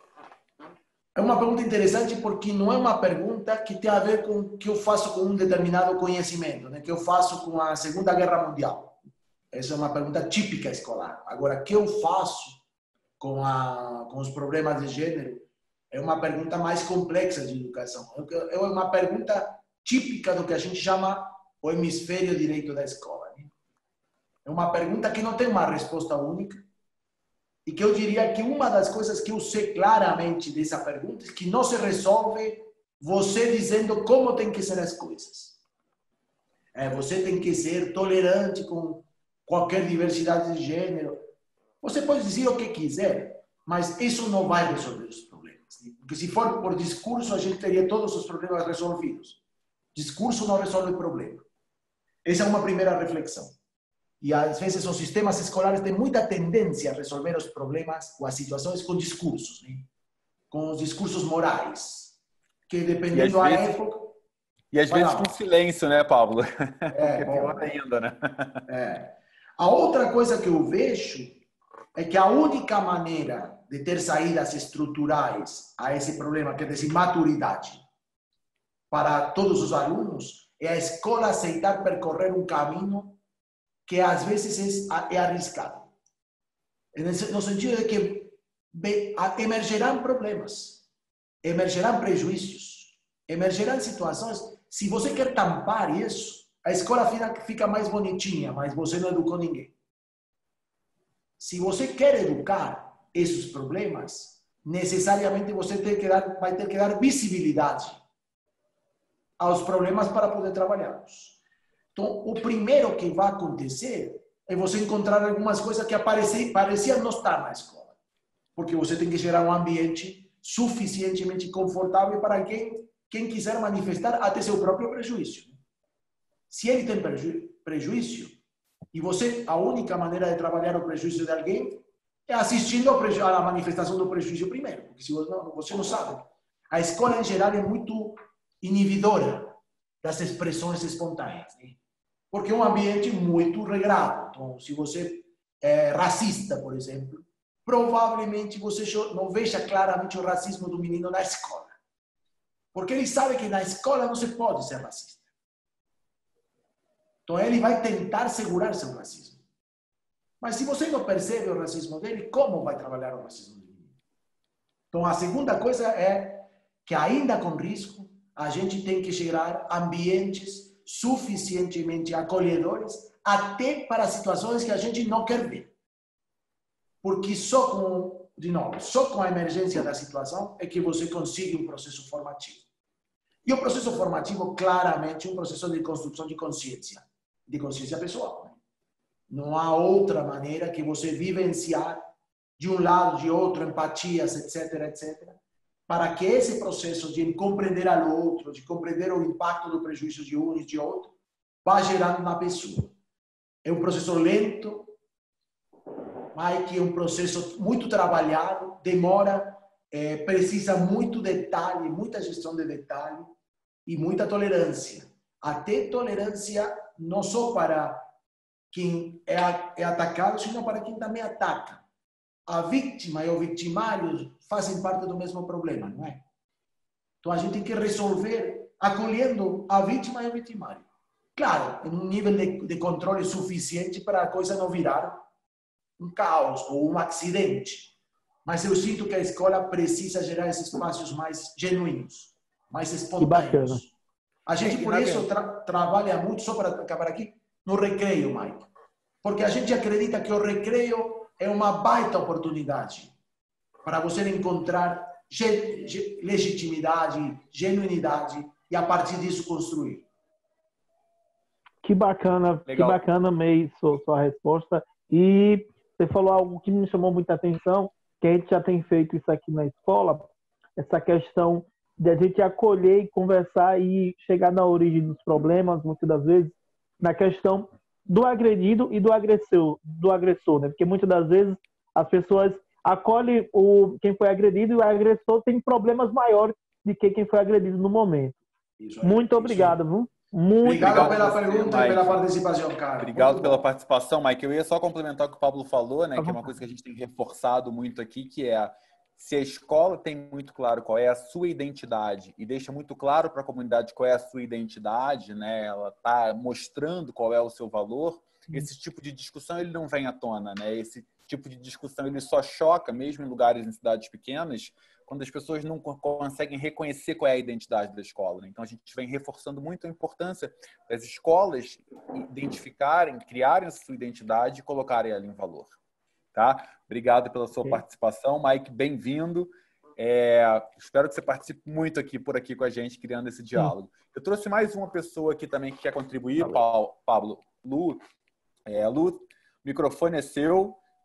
uma pergunta interessante porque não é uma pergunta que tem a ver com o que eu faço com um determinado conhecimento, né? Que eu faço com a Segunda Guerra Mundial. Essa é uma pergunta típica escolar. Agora, o que eu faço com os problemas de gênero é uma pergunta mais complexa de educação. É uma pergunta típica do que a gente chama o hemisfério direito da escola. Né? É uma pergunta que não tem uma resposta única e que eu diria que uma das coisas que eu sei claramente dessa pergunta é que não se resolve você dizendo como tem que ser as coisas. Você tem que ser tolerante com qualquer diversidade de gênero. Você pode dizer o que quiser, mas isso não vai resolver os problemas. Porque se for por discurso, a gente teria todos os problemas resolvidos. Discurso não resolve o problema. Essa é uma primeira reflexão. E às vezes os sistemas escolares têm muita tendência a resolver os problemas ou as situações com discursos, né? Com os discursos morais, que dependendo da época... E às vezes com silêncio, né, Pablo? É, pior ainda, né? A outra coisa que eu vejo é que a única maneira de ter saídas estruturais a esse problema, que é de maturidade, para todos os alunos, é a escola aceitar percorrer um caminho que às vezes é arriscado. No sentido de que emergerão problemas, emergerão prejuízos, emergerão situações. Se você quer tampar isso, a escola fica mais bonitinha, mas você não educou ninguém. Se você quer educar esses problemas, necessariamente você vai ter que dar visibilidade aos problemas para poder trabalhá-los. Então, o primeiro que vai acontecer é você encontrar algumas coisas que pareciam não estar na escola. Porque você tem que gerar um ambiente suficientemente confortável para quem quiser manifestar até seu próprio prejuízo. Se ele tem prejuízo, e a única maneira de trabalhar o prejuízo de alguém é assistindo à manifestação do prejuízo primeiro, porque se você não sabe. A escola, em geral, é muito inibidora das expressões espontâneas, né? Porque é um ambiente muito regrado. Então, se você é racista, por exemplo, provavelmente você não veja claramente o racismo do menino na escola. Porque ele sabe que na escola não se pode ser racista. Então, ele vai tentar segurar seu racismo. Mas se você não percebe o racismo dele, como vai trabalhar o racismo dele? Então, a segunda coisa é que, ainda com risco, a gente tem que gerar ambientes suficientemente acolhedores até para situações que a gente não quer ver. Porque só com a emergência da situação é que você consegue um processo formativo. E o processo formativo, claramente, é um processo de construção de consciência pessoal. Não há outra maneira que você vivenciar de um lado, de outro, empatias, etc., etc., para que esse processo de compreender ao outro, de compreender o impacto do prejuízo de um e de outro, vá gerando na pessoa. É um processo lento, mas que é um processo muito trabalhado, demora, precisa muito detalhe, muita gestão de detalhe e muita tolerância. Até tolerância não só para quem é atacado, sino para quem também ataca. A vítima e o vitimário fazem parte do mesmo problema, não é? Então a gente tem que resolver acolhendo a vítima e o vitimário. Claro, em um nível de controle suficiente para a coisa não virar um caos ou um acidente. Mas eu sinto que a escola precisa gerar esses espaços mais genuínos, mais espontâneos. A gente, por isso, trabalha muito, só para acabar aqui, no recreio, Mike. Porque a gente acredita que o recreio é uma baita oportunidade para você encontrar legitimidade, genuinidade e, a partir disso, construir. Que bacana, Legal. Que bacana, May, sua resposta. E você falou algo que me chamou muita atenção, que a gente já tem feito isso aqui na escola, essa questão de a gente acolher e conversar e chegar na origem dos problemas, muitas das vezes, na questão do agredido e do agressor, né? Porque muitas das vezes as pessoas acolhem quem foi agredido e o agressor tem problemas maiores do que quem foi agredido no momento. Muito obrigado, viu? Obrigado pela pergunta e pela participação, cara. Obrigado pela participação, Mike. Eu ia só complementar o que o Pablo falou, né? Que é uma coisa que a gente tem reforçado muito aqui, que é se a escola tem muito claro qual é a sua identidade e deixa muito claro para a comunidade qual é a sua identidade, né? Ela está mostrando qual é o seu valor, esse tipo de discussão ele não vem à tona, né? Esse tipo de discussão ele só choca, mesmo em lugares, em cidades pequenas, quando as pessoas não conseguem reconhecer qual é a identidade da escola, né? Então, a gente vem reforçando muito a importância das escolas identificarem, criarem a sua identidade e colocarem ela em valor. Tá? Obrigado pela sua participação, Mike, bem-vindo. Espero que você participe muito por aqui com a gente, criando esse diálogo. Eu trouxe mais uma pessoa aqui também que quer contribuir, Pablo. Lu, o microfone é seu.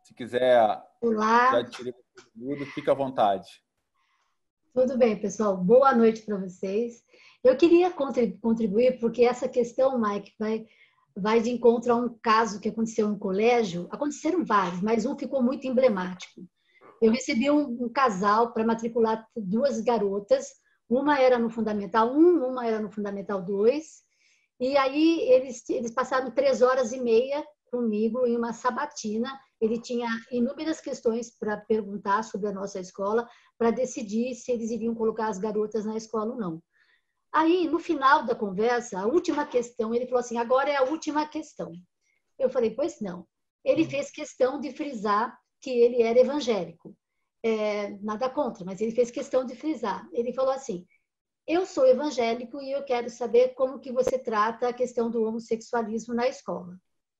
Se quiser, Olá. já tirei tudo, fica à vontade. Tudo bem, pessoal. Boa noite para vocês. Eu queria contribuir porque essa questão, Mike, vai de encontro a um caso que aconteceu no colégio. Aconteceram vários, mas um ficou muito emblemático. Eu recebi um casal para matricular duas garotas. Uma era no Fundamental 1, uma era no Fundamental 2. E aí eles passaram 3 horas e meia comigo em uma sabatina. Ele tinha inúmeras questões para perguntar sobre a nossa escola, para decidir se eles iriam colocar as garotas na escola ou não. Aí, no final da conversa, a última questão, ele falou assim, agora é a última questão. Eu falei, pois não. Ele fez questão de frisar que ele era evangélico. Nada contra, mas ele fez questão de frisar. Ele falou assim, eu sou evangélico e eu quero saber como que você trata a questão do homossexualismo na escola.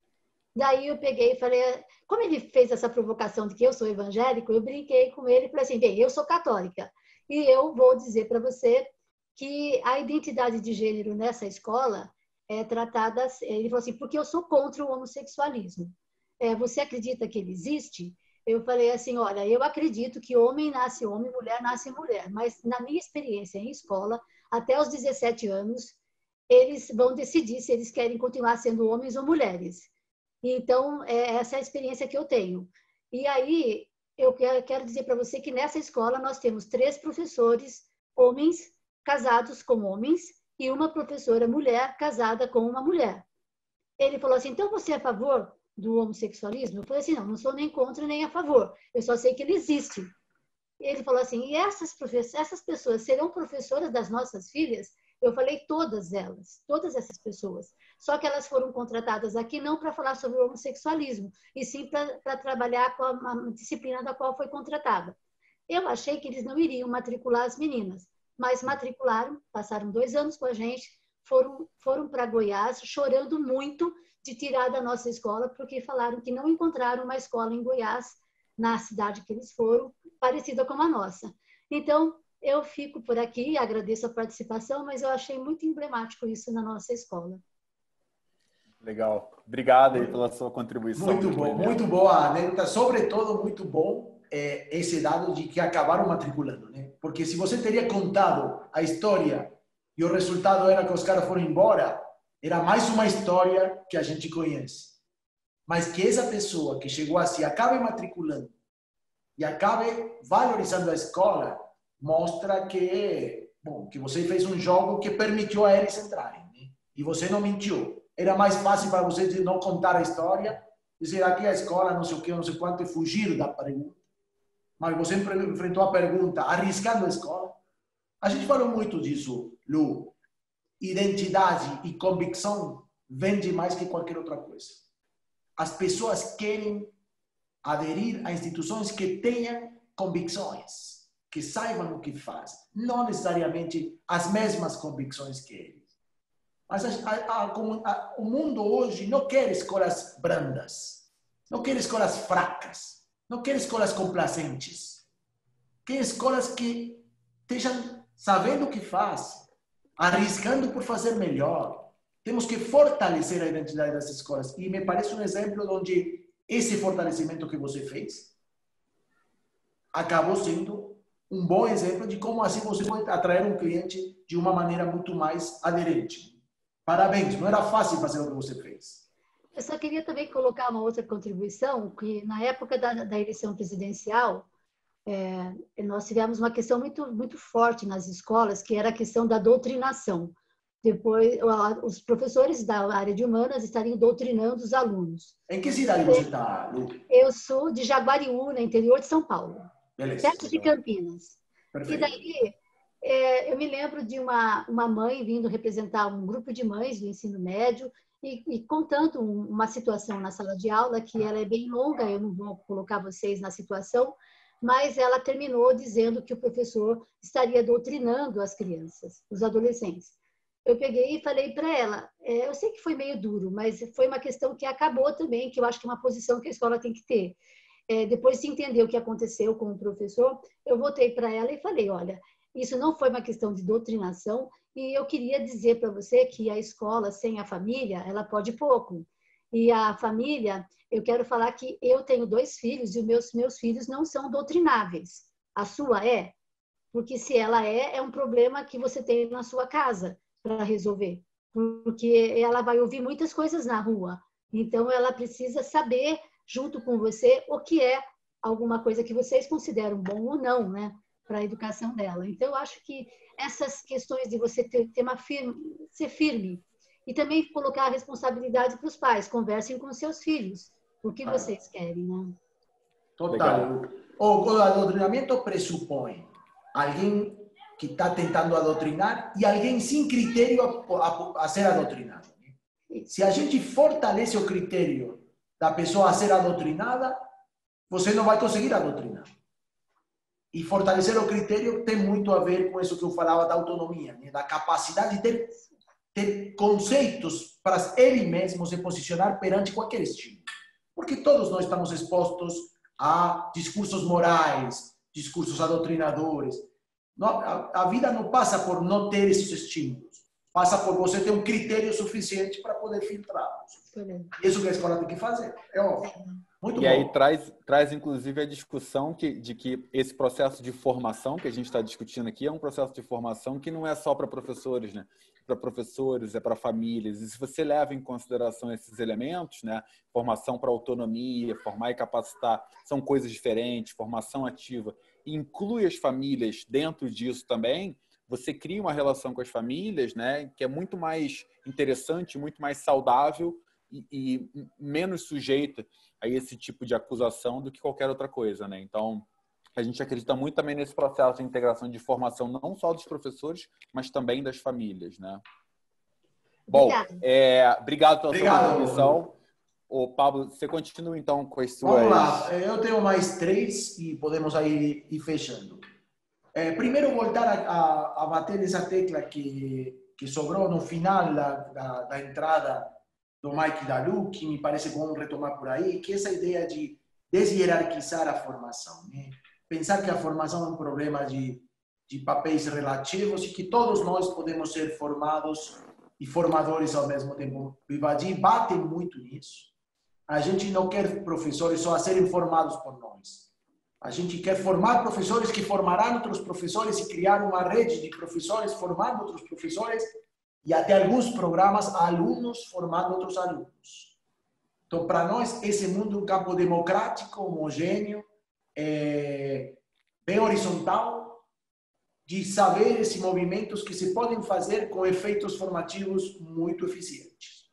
Daí eu peguei e falei, como ele fez essa provocação de que eu sou evangélico, eu brinquei com ele e falei assim, bem, eu sou católica e eu vou dizer para você que a identidade de gênero nessa escola é tratada, ele falou assim, porque eu sou contra o homossexualismo. Você acredita que ele existe? Eu falei assim, olha, eu acredito que homem nasce homem, mulher nasce mulher, mas na minha experiência em escola, até os 17 anos, eles vão decidir se eles querem continuar sendo homens ou mulheres. Então, essa é a experiência que eu tenho. E aí, eu quero dizer para você que nessa escola nós temos 3 professores homens casados com homens e uma professora mulher casada com uma mulher. Ele falou assim, então você é a favor do homossexualismo? Eu falei assim, não sou nem contra nem a favor. Eu só sei que ele existe. Ele falou assim, e essas pessoas serão professoras das nossas filhas? Eu falei todas essas pessoas. Só que elas foram contratadas aqui não para falar sobre o homossexualismo, e sim para trabalhar com a disciplina da qual foi contratada. Eu achei que eles não iriam matricular as meninas, mas matricularam, passaram 2 anos com a gente, foram para Goiás, chorando muito de tirar da nossa escola, porque falaram que não encontraram uma escola em Goiás, na cidade que eles foram, parecida com a nossa. Então, eu fico por aqui, agradeço a participação, mas eu achei muito emblemático isso na nossa escola. Legal. Obrigado aí pela sua contribuição. Muito boa a anedota. Sobretudo, muito bom esse dado de que acabaram matriculando, né? Porque se você teria contado a história e o resultado era que os caras foram embora, era mais uma história que a gente conhece. Mas que essa pessoa que chegou assim, acabe matriculando e acabe valorizando a escola, mostra que, bom, que você fez um jogo que permitiu a eles entrarem, né? E você não mentiu. Era mais fácil para você de não contar a história, dizer aqui a escola, não sei o que, não sei quanto, e fugir da pergunta. Mas você enfrentou a pergunta arriscando a escola. A gente falou muito disso, Lu. Identidade e convicção vende mais que qualquer outra coisa. As pessoas querem aderir a instituições que tenham convicções, que saibam o que fazem. Não necessariamente as mesmas convicções que eles. Mas o mundo hoje não quer escolas brandas, não quer escolas fracas, não quer escolas complacentes. Quer escolas que estejam sabendo o que faz, arriscando por fazer melhor. Temos que fortalecer a identidade das escolas. E me parece um exemplo onde esse fortalecimento que você fez acabou sendo um bom exemplo de como assim você pode atrair um cliente de uma maneira muito mais aderente. Parabéns, não era fácil fazer o que você fez. Eu só queria também colocar uma outra contribuição, que na época da eleição presidencial, nós tivemos uma questão muito forte nas escolas, que era a questão da doutrinação. Depois, os professores da área de humanas estariam doutrinando os alunos. Em que cidade você está, Lu? Eu sou de Jaguariúna, interior de São Paulo. Beleza, perto de Campinas. Perfeito. E daí, eu me lembro de uma mãe vindo representar um grupo de mães do ensino médio e contando uma situação na sala de aula que ela é bem longa, eu não vou colocar vocês na situação, mas ela terminou dizendo que o professor estaria doutrinando as crianças, os adolescentes. Eu peguei e falei para ela, eu sei que foi meio duro, mas foi uma questão que acabou também, que eu acho que é uma posição que a escola tem que ter. Depois de entender o que aconteceu com o professor, eu voltei para ela e falei, olha, isso não foi uma questão de doutrinação e eu queria dizer para você que a escola sem a família, ela pode pouco. E a família, eu quero falar que eu tenho 2 filhos e os meus filhos não são doutrináveis. A sua é? Porque se ela é um problema que você tem na sua casa para resolver. Porque ela vai ouvir muitas coisas na rua. Então, ela precisa saber, junto com você, o que é alguma coisa que vocês consideram bom ou não, né? Para a educação dela. Então, eu acho que essas questões de você ser firme e também colocar a responsabilidade para os pais. Conversem com seus filhos. O que vocês querem, né? Total. O adoctrinamento pressupõe alguém que está tentando adoctrinar e alguém sem critério a ser adoctrinado. Se a gente fortalece o critério da pessoa a ser adoctrinada, você não vai conseguir adoctrinar. E fortalecer o critério tem muito a ver com isso que eu falava da autonomia, né? Da capacidade de ter conceitos para ele mesmo se posicionar perante qualquer estímulo. Porque todos nós estamos expostos a discursos morais, discursos adoctrinadores. A vida não passa por não ter esses estímulos. Passa por você ter um critério suficiente para poder filtrá-los. Isso que a escola tem que fazer. É óbvio. Muito bom. E aí traz inclusive a discussão de que esse processo de formação que a gente está discutindo aqui é um processo de formação que não é só para professores, né? Para professores, é para famílias. E se você leva em consideração esses elementos, né? Formação para autonomia, formar e capacitar, são coisas diferentes, formação ativa, e inclui as famílias dentro disso também, você cria uma relação com as famílias, né? Que é muito mais interessante, muito mais saudável e menos sujeita a esse tipo de acusação do que qualquer outra coisa, né? Então, a gente acredita muito também nesse processo de integração de formação, não só dos professores, mas também das famílias, né? Bom, obrigado pela sua contribuição. Ô, Pablo, você continua então com as suas... Vamos lá, eu tenho mais 3 e podemos aí ir fechando. Primeiro, voltar a bater essa tecla que sobrou no final da entrada do Mike e da Lu, que me parece bom retomar por aí, que é essa ideia de deshierarquizar a formação, né? Pensar que a formação é um problema de papéis relativos e que todos nós podemos ser formados e formadores ao mesmo tempo. Vivaji bate muito nisso. A gente não quer professores só a serem formados por nós. A gente quer formar professores que formarão outros professores e criar uma rede de professores formando outros professores e até alguns programas, alunos formando outros alunos. Então, para nós, esse mundo é um campo democrático, homogêneo, bem horizontal, de saberes e movimentos que se podem fazer com efeitos formativos muito eficientes.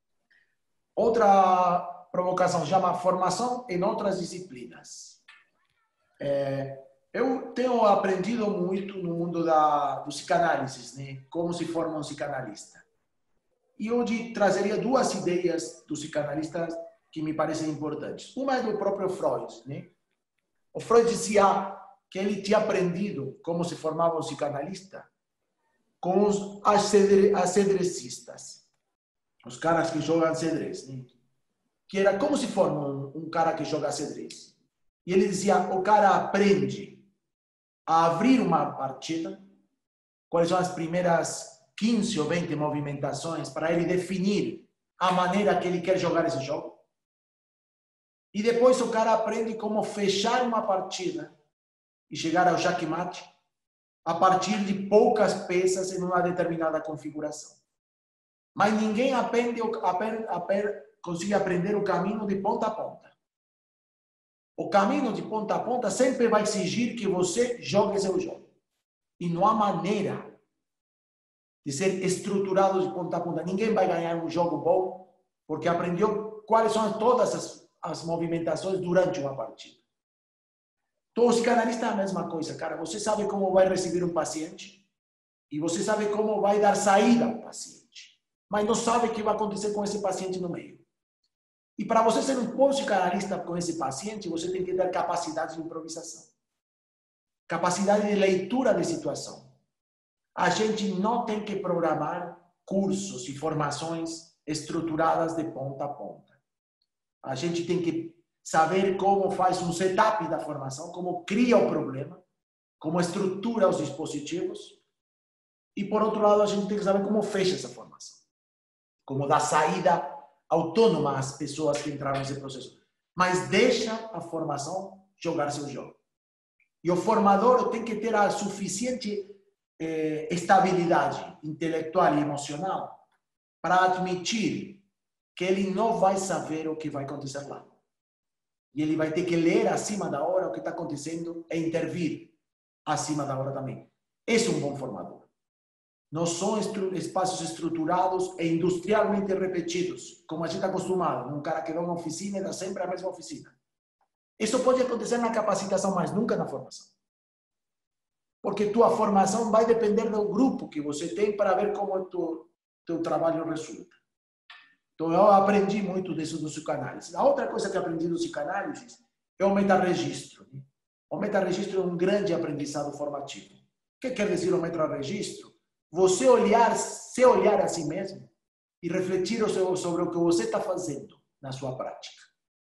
Outra provocação chama formação em outras disciplinas. Eu tenho aprendido muito no mundo do psicanálise, né? Como se forma um psicanalista. E hoje trazeria 2 ideias dos psicanalistas que me parecem importantes. Uma é do próprio Freud, né? O Freud dizia que ele tinha aprendido como se formava um psicanalista com os ajedrecistas, os caras que jogam xadrez, né? Que era como se forma um cara que joga xadrez. E ele dizia, o cara aprende a abrir uma partida, quais são as primeiras 15 ou 20 movimentações para ele definir a maneira que ele quer jogar esse jogo. E depois o cara aprende como fechar uma partida e chegar ao xaque-mate a partir de poucas peças em uma determinada configuração. Mas ninguém consegue aprender o caminho de ponta a ponta. O caminho de ponta a ponta sempre vai exigir que você jogue seu jogo. E não há maneira de ser estruturado de ponta a ponta. Ninguém vai ganhar um jogo bom porque aprendeu quais são todas as movimentações durante uma partida. Então, o psicanalista é a mesma coisa, cara. Você sabe como vai receber um paciente e você sabe como vai dar saída ao paciente, mas não sabe o que vai acontecer com esse paciente no meio. E para você ser um bom psicanalista com esse paciente, você tem que ter capacidade de improvisação, capacidade de leitura de situação. A gente não tem que programar cursos e formações estruturadas de ponta a ponta. A gente tem que saber como faz um setup da formação, como cria o problema, como estrutura os dispositivos. E, por outro lado, a gente tem que saber como fecha essa formação, como dá saída autônoma as pessoas que entraram nesse processo. Mas deixa a formação jogar seu jogo. E o formador tem que ter a suficiente estabilidade intelectual e emocional para admitir que ele não vai saber o que vai acontecer lá. E ele vai ter que ler acima da hora o que está acontecendo e intervir acima da hora também. Esse é um bom formador. Não são espaços estruturados e industrialmente repetidos, como a gente está acostumado, um cara que dá uma oficina e dá sempre a mesma oficina. Isso pode acontecer na capacitação, mas nunca na formação. Porque tua formação vai depender do grupo que você tem para ver como o teu trabalho resulta. Então, eu aprendi muito disso do psicanálise. A outra coisa que aprendi do psicanálise é o metaregistro. O metaregistro é um grande aprendizado formativo. O que quer dizer o metaregistro? Você se olhar a si mesmo e refletir sobre o que você está fazendo na sua prática.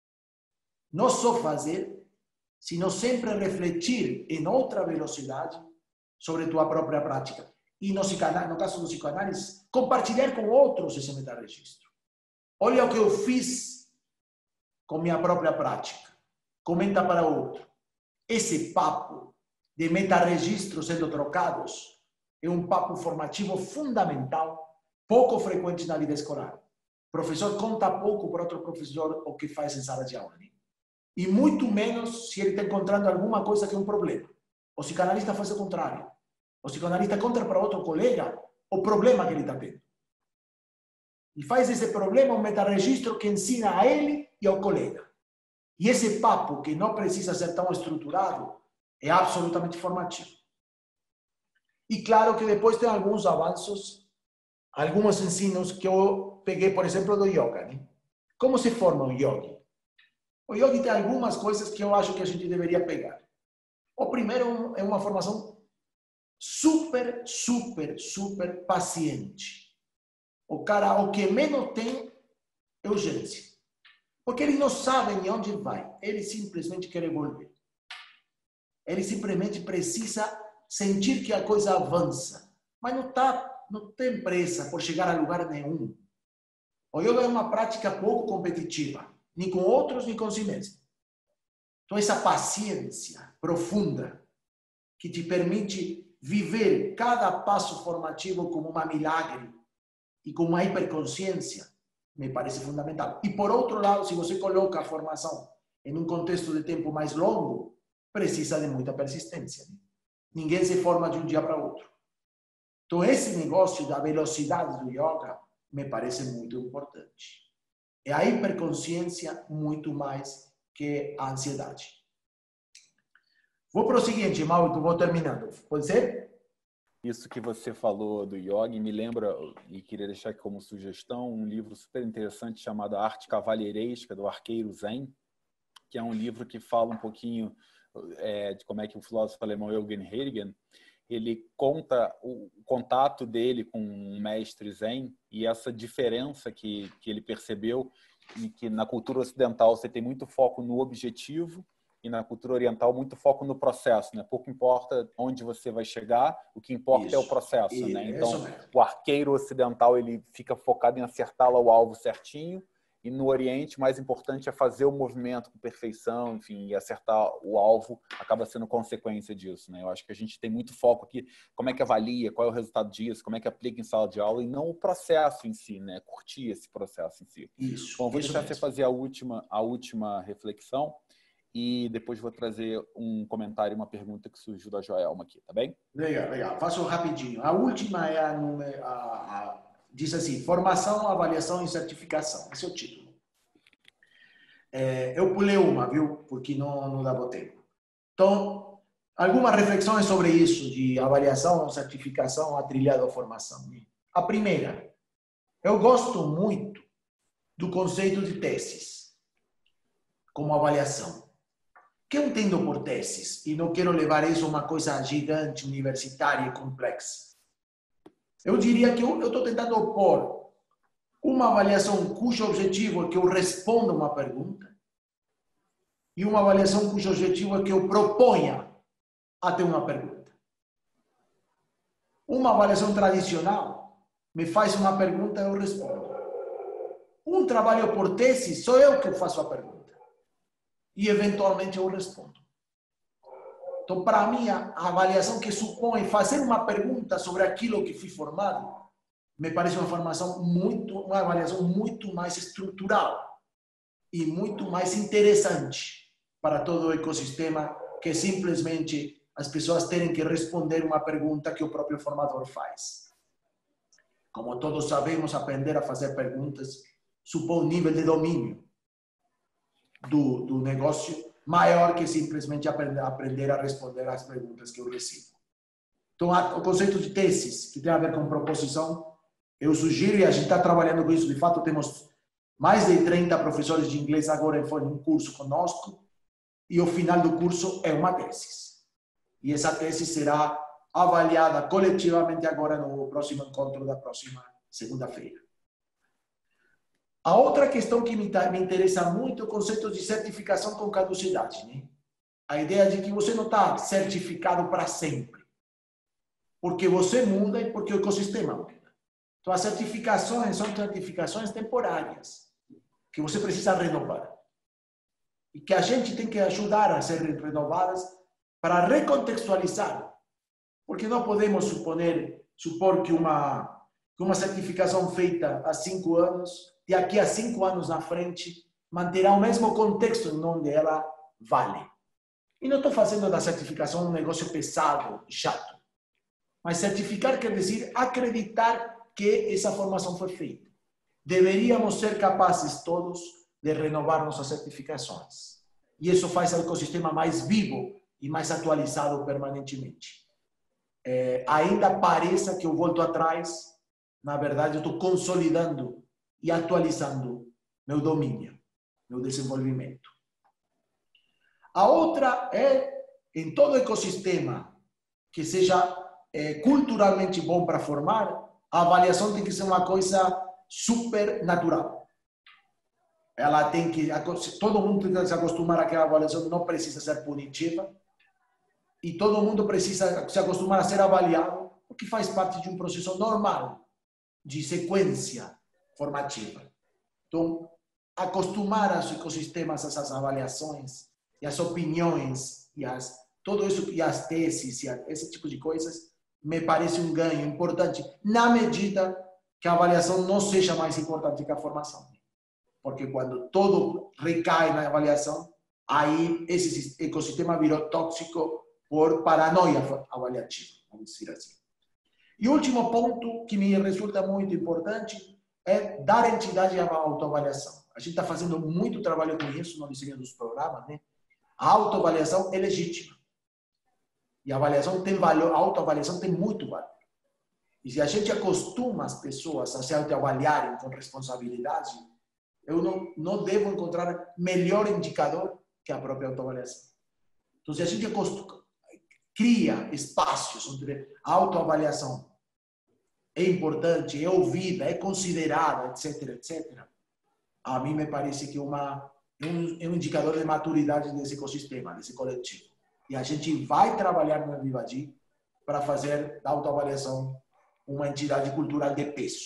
Não só fazer, sino sempre refletir em outra velocidade sobre tua própria prática. E no caso do psicanálise, compartilhar com outros esse metaregistro. Olha o que eu fiz com minha própria prática. Comenta para outro. Esse papo de metaregistros sendo trocados é um papo formativo fundamental, pouco frequente na vida escolar. O professor conta pouco para outro professor o que faz em sala de aula. E muito menos se ele está encontrando alguma coisa que é um problema. O psicanalista faz o contrário. O psicanalista conta para outro colega o problema que ele está tendo. E faz esse problema um metaregistro que ensina a ele e ao colega. E esse papo, que não precisa ser tão estruturado, é absolutamente formativo. E claro que depois tem alguns avanços, alguns ensinos que eu peguei, por exemplo, do yoga. Como se forma um yogi? O yogi tem algumas coisas que eu acho que a gente deveria pegar. O primeiro é uma formação super paciente. O cara, o que menos tem é urgência. Porque ele não sabe em onde vai. Ele simplesmente quer evoluir. Ele simplesmente precisa sentir que a coisa avança. Mas não tem pressa por chegar a lugar nenhum. O yoga é uma prática pouco competitiva. Nem com outros, nem com si mesmo. Então, essa paciência profunda que te permite viver cada passo formativo como uma milagre e com uma hiperconsciência, me parece fundamental. E, por outro lado, se você coloca a formação em um contexto de tempo mais longo, precisa de muita persistência. Ninguém se forma de um dia para outro. Então, esse negócio da velocidade do yoga me parece muito importante. É a hiperconsciência muito mais que a ansiedade. Vou para o seguinte, Mauro, que eu vou terminando. Pode ser? Isso que você falou do yoga me lembra, e queria deixar aqui como sugestão, um livro super interessante chamado A Arte Cavalheiresca, do Arqueiro Zen, que é um livro que fala um pouquinho de como é que o filósofo alemão Eugen Herigen, ele conta o contato dele com um mestre Zen e essa diferença que ele percebeu, e que na cultura ocidental você tem muito foco no objetivo e na cultura oriental muito foco no processo, né? Pouco importa onde você vai chegar, o que importa é o processo, né? Então, o arqueiro ocidental ele fica focado em acertar lá o alvo certinho, e no Oriente o mais importante é fazer o movimento com perfeição, enfim, e acertar o alvo acaba sendo consequência disso, né? Eu acho que a gente tem muito foco aqui, como é que avalia, qual é o resultado disso, como é que aplica em sala de aula, e não o processo em si, né? Curtir esse processo em si. Isso. Bom, vou deixar você fazer a última reflexão e depois vou trazer um comentário e uma pergunta que surgiu da Joelma aqui, tá bem? Legal. Faço rapidinho. A última é diz assim, formação, avaliação e certificação. Esse é o título. Eu pulei uma, viu? Porque não dava tempo. Então, algumas reflexões sobre isso, de avaliação, certificação, a trilha da formação. A primeira, eu gosto muito do conceito de teses como avaliação. O que eu entendo por teses? E não quero levar isso a uma coisa gigante, universitária e complexa. Eu diria que eu estou tentando opor uma avaliação cujo objetivo é que eu responda uma pergunta e uma avaliação cujo objetivo é que eu proponha até uma pergunta. Uma avaliação tradicional me faz uma pergunta e eu respondo. Um trabalho por tese, sou eu que faço a pergunta. E, eventualmente, eu respondo. Então, para mim, a avaliação que supõe fazer uma pergunta sobre aquilo que fui formado, me parece uma avaliação muito mais estrutural e muito mais interessante para todo o ecossistema que simplesmente as pessoas terem que responder uma pergunta que o próprio formador faz. Como todos sabemos, aprender a fazer perguntas supõe um nível de domínio do negócio maior que simplesmente aprender a responder às perguntas que eu recebo. Então, o conceito de teses, que tem a ver com proposição, eu sugiro, e a gente está trabalhando com isso, de fato, temos mais de 30 professores de inglês agora em um curso conosco, e o final do curso é uma tese. E essa tese será avaliada coletivamente agora no próximo encontro da próxima segunda-feira. A outra questão que me interessa muito é o conceito de certificação com caducidade, né? A ideia de que você não está certificado para sempre, porque você muda e porque o ecossistema muda. Então, as certificações são certificações temporárias, que você precisa renovar. E que a gente tem que ajudar a ser renovadas para recontextualizar. Porque não podemos supor que uma certificação feita há 5 anos, e aqui a 5 anos na frente, manterá o mesmo contexto em onde ela vale. E não estou fazendo da certificação um negócio pesado e chato. Mas certificar quer dizer acreditar que essa formação foi feita. Deveríamos ser capazes todos de renovar nossas certificações. E isso faz o ecossistema mais vivo e mais atualizado permanentemente. Ainda pareça que eu volto atrás, na verdade eu estou consolidando e atualizando meu domínio, meu desenvolvimento. A outra é, em todo ecossistema que seja culturalmente bom para formar, a avaliação tem que ser uma coisa super natural. Ela tem que, todo mundo tem que se acostumar a que a avaliação não precisa ser punitiva e todo mundo precisa se acostumar a ser avaliado, o que faz parte de um processo normal de sequência formativa. Então, acostumar os ecossistemas a essas avaliações e as opiniões e tudo isso e as teses e esse tipo de coisas me parece um ganho importante na medida que a avaliação não seja mais importante que a formação. Porque quando todo recai na avaliação, aí esse ecossistema virou tóxico por paranoia avaliativa, vamos dizer assim. E o último ponto que me resulta muito importante é dar entidade à autoavaliação. A gente está fazendo muito trabalho com isso no desenho dos programas, né? A autoavaliação é legítima. E a avaliação tem valor, a autoavaliação tem muito valor. E se a gente acostuma as pessoas a se autoavaliarem com responsabilidade, eu não devo encontrar melhor indicador que a própria autoavaliação. Então, se a gente cria espaços onde a autoavaliação é importante, é ouvida, é considerada, etc., etc., a mim me parece que é um indicador de maturidade desse ecossistema, desse coletivo. E a gente vai trabalhar no Vivadi para fazer da autoavaliação uma entidade cultural de peso.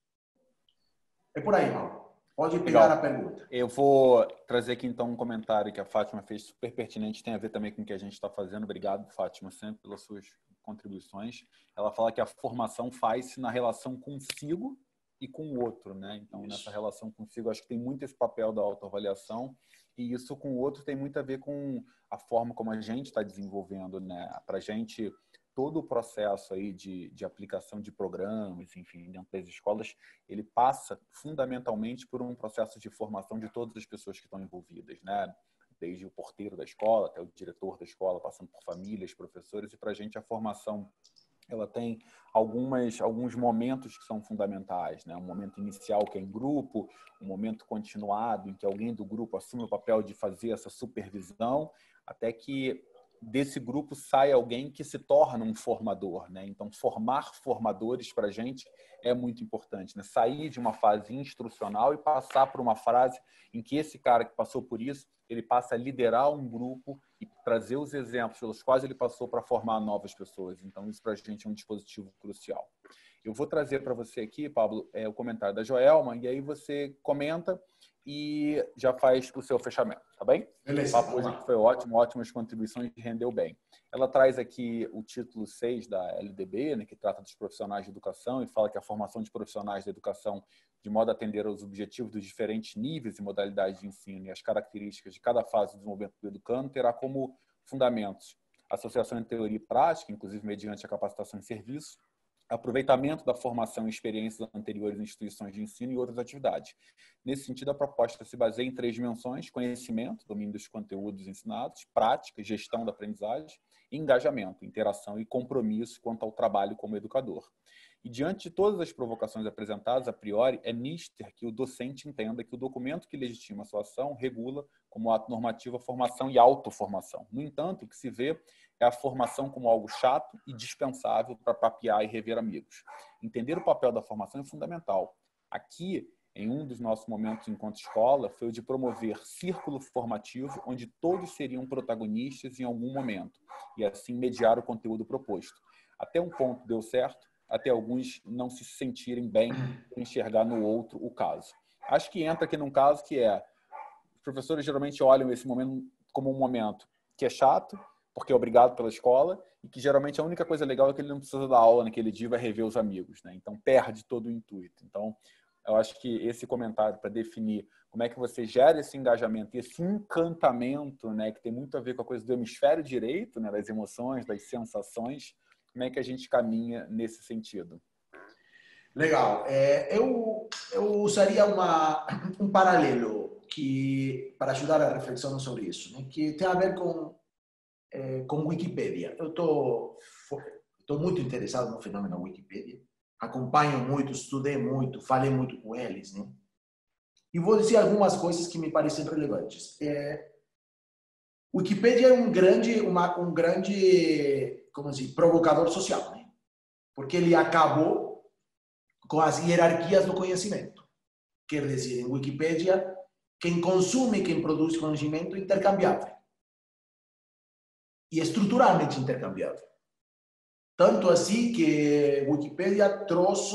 É por aí, Mauro. Pode pegar a pergunta. Eu vou trazer aqui, então, um comentário que a Fátima fez, super pertinente, tem a ver também com o que a gente está fazendo. Obrigado, Fátima, sempre pelas suas contribuições. Ela fala que a formação faz-se na relação consigo e com o outro, né? Então, nessa relação consigo, acho que tem muito esse papel da autoavaliação, e isso com o outro tem muito a ver com a forma como a gente está desenvolvendo, né? Para a gente, todo o processo aí de aplicação de programas, enfim, dentro das escolas, ele passa fundamentalmente por um processo de formação de todas as pessoas que estão envolvidas, né? Desde o porteiro da escola até o diretor da escola, passando por famílias, professores, e para a gente a formação ela tem alguns momentos que são fundamentais, né? Um momento inicial que é em grupo, um momento continuado em que alguém do grupo assume o papel de fazer essa supervisão, até que desse grupo sai alguém que se torna um formador, né? Então, formar formadores para a gente é muito importante, né? Sair de uma fase instrucional e passar por uma fase em que esse cara que passou por isso, ele passa a liderar um grupo e trazer os exemplos pelos quais ele passou para formar novas pessoas. Então, isso para a gente é um dispositivo crucial. Eu vou trazer para você aqui, Pablo, o comentário da Joelma, e aí você comenta e já faz o seu fechamento, tá bem? Beleza. O papo hoje foi ótimo, ótimas contribuições, rendeu bem. Ela traz aqui o título 6 da LDB, né, que trata dos profissionais de educação e fala que a formação de profissionais da educação, de modo a atender aos objetivos dos diferentes níveis e modalidades de ensino e as características de cada fase do desenvolvimento do educando, terá como fundamentos a associação entre teoria e prática, inclusive mediante a capacitação em serviço, aproveitamento da formação e experiências anteriores em instituições de ensino e outras atividades. Nesse sentido, a proposta se baseia em 3 dimensões: conhecimento, domínio dos conteúdos ensinados, prática, gestão da aprendizagem, engajamento, interação e compromisso quanto ao trabalho como educador. E diante de todas as provocações apresentadas, a priori, é nítido que o docente entenda que o documento que legitima a sua ação regula como ato normativo a formação e autoformação. No entanto, o que se vê é a formação como algo chato e dispensável para papear e rever amigos. Entender o papel da formação é fundamental. Aqui, em um dos nossos momentos enquanto escola, foi o de promover círculo formativo onde todos seriam protagonistas em algum momento e assim mediar o conteúdo proposto. Até um ponto deu certo, até alguns não se sentirem bem por enxergar no outro o caso. Acho que entra aqui num caso que os professores geralmente olham esse momento como um momento que é chato, porque é obrigado pela escola, e que geralmente a única coisa legal é que ele não precisa dar aula naquele dia e vai rever os amigos, né? Então perde todo o intuito. Então eu acho que esse comentário para definir como é que você gera esse engajamento e esse encantamento, né, que tem muito a ver com a coisa do hemisfério direito, né, das emoções, das sensações, como é que a gente caminha nesse sentido? Legal. Eu usaria um paralelo para ajudar a reflexão sobre isso, né, que tem a ver com Wikipedia. Eu estou muito interessado no fenômeno Wikipedia. Acompanho muito, estudei muito, falei muito com eles, né? E vou dizer algumas coisas que me parecem relevantes. Wikipedia é um grande, como assim, provocador social, né? Porque ele acabou com as hierarquias do conhecimento. Quer dizer, em Wikipedia, quem consome e quem produz conhecimento é intercambiável. E estruturalmente intercambiável. Tanto assim que Wikipedia trouxe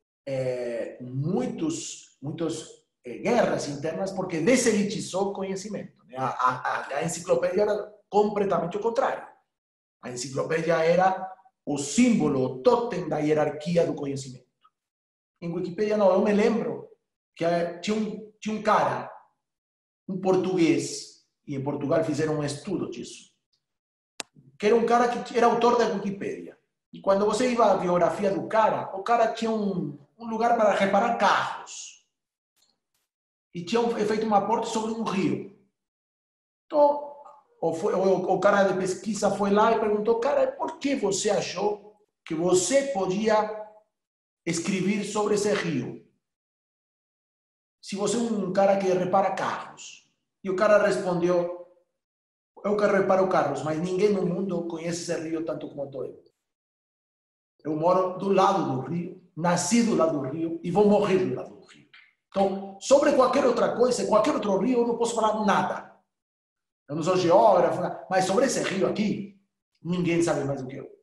muitas guerras internas porque deselitizou o conhecimento. A enciclopédia era completamente o contrário. A enciclopédia era o símbolo, o totem da hierarquia do conhecimento. Em Wikipedia, não. Eu me lembro que tinha um cara, um português, e em Portugal fizeram um estudo disso, que era um cara que era autor da Wikipedia. E quando você ia à biografia do cara, o cara tinha um lugar para reparar carros. E tinha feito um aporte sobre um rio. Então, o cara de pesquisa foi lá e perguntou: cara, por que você achou que você podia escrever sobre esse rio? Se você é um cara que repara carros. E o cara respondeu: eu que reparo carros, mas ninguém no mundo conhece esse rio tanto quanto eu. Eu moro do lado do rio, nasci do lado do rio e vou morrer do lado do rio. Então, sobre qualquer outra coisa, qualquer outro rio, eu não posso falar nada. Eu não sou geógrafo, mas sobre esse rio aqui, ninguém sabe mais do que eu.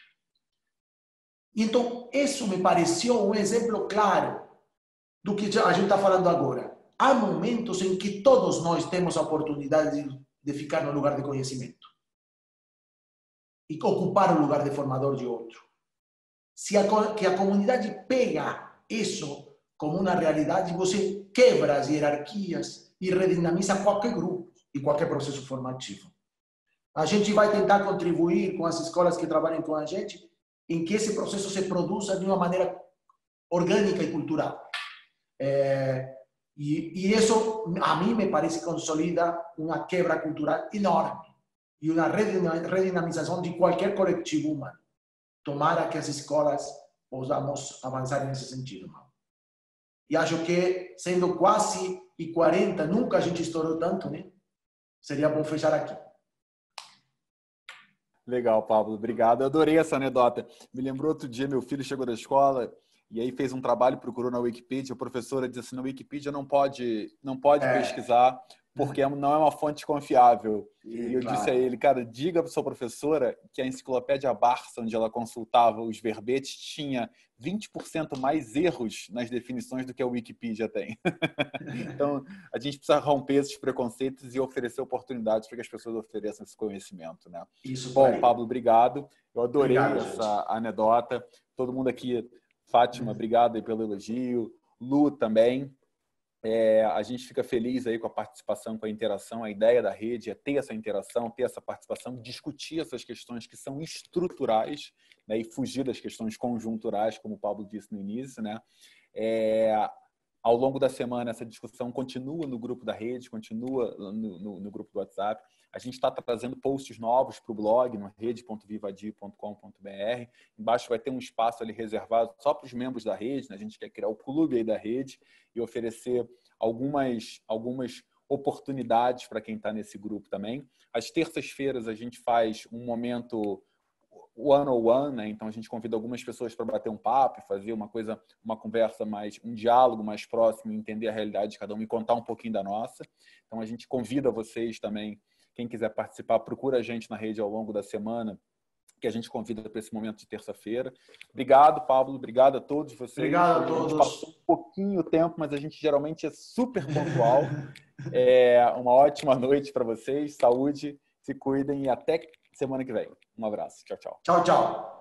Então, isso me pareceu um exemplo claro do que a gente está falando agora. Há momentos em que todos nós temos a oportunidade de ficar no lugar de conhecimento e ocupar o lugar de formador de outro. Se a comunidade pega isso como uma realidade, você quebra as hierarquias e redinamiza qualquer grupo e qualquer processo formativo. A gente vai tentar contribuir com as escolas que trabalham com a gente em que esse processo se produza de uma maneira orgânica e cultural. E isso, a mim, me parece consolida uma quebra cultural enorme e uma redinamização de qualquer coletivo humano. Tomara que as escolas possamos avançar nesse sentido. E acho que, sendo quase e 40, nunca a gente estourou tanto, né? Seria bom fechar aqui. Legal, Pablo. Obrigado. Eu adorei essa anedota. Me lembrou outro dia, meu filho chegou da escola e aí fez um trabalho, procurou na Wikipedia, a professora disse assim, na Wikipedia não pode pesquisar, porque não é uma fonte confiável. E eu disse a ele, cara, diga para sua professora que a enciclopédia Barça, onde ela consultava os verbetes, tinha 20% mais erros nas definições do que a Wikipedia tem. Então, a gente precisa romper esses preconceitos e oferecer oportunidades para que as pessoas ofereçam esse conhecimento, né? Isso. Bom, Pablo, obrigado. Eu adorei Obrigado, essa anedota. Todo mundo aqui, Fátima, obrigado aí pelo elogio. Lu também. A gente fica feliz aí com a participação, com a interação. A ideia da rede é ter essa interação, ter essa participação, discutir essas questões que são estruturais, né, e fugir das questões conjunturais, como o Pablo disse no início, né? Ao longo da semana, essa discussão continua no grupo da rede, continua no grupo do WhatsApp. A gente está trazendo posts novos para o blog, no rede.vivadio.com.br. Embaixo vai ter um espaço ali reservado só para os membros da rede, né? A gente quer criar o clube aí da rede e oferecer algumas oportunidades para quem está nesse grupo também. Às terças-feiras, a gente faz um momento one-on-one, né? Então a gente convida algumas pessoas para bater um papo, fazer uma conversa um diálogo mais próximo, entender a realidade de cada um e contar um pouquinho da nossa. Então a gente convida vocês também, quem quiser participar, procura a gente na rede ao longo da semana, que a gente convida para esse momento de terça-feira. Obrigado, Pablo. Obrigado a todos vocês. Obrigado a todos. A gente passou um pouquinho o tempo, mas a gente geralmente é super pontual. Uma ótima noite para vocês. Saúde, se cuidem e até semana que vem. Um abraço. Tchau, tchau. Tchau, tchau.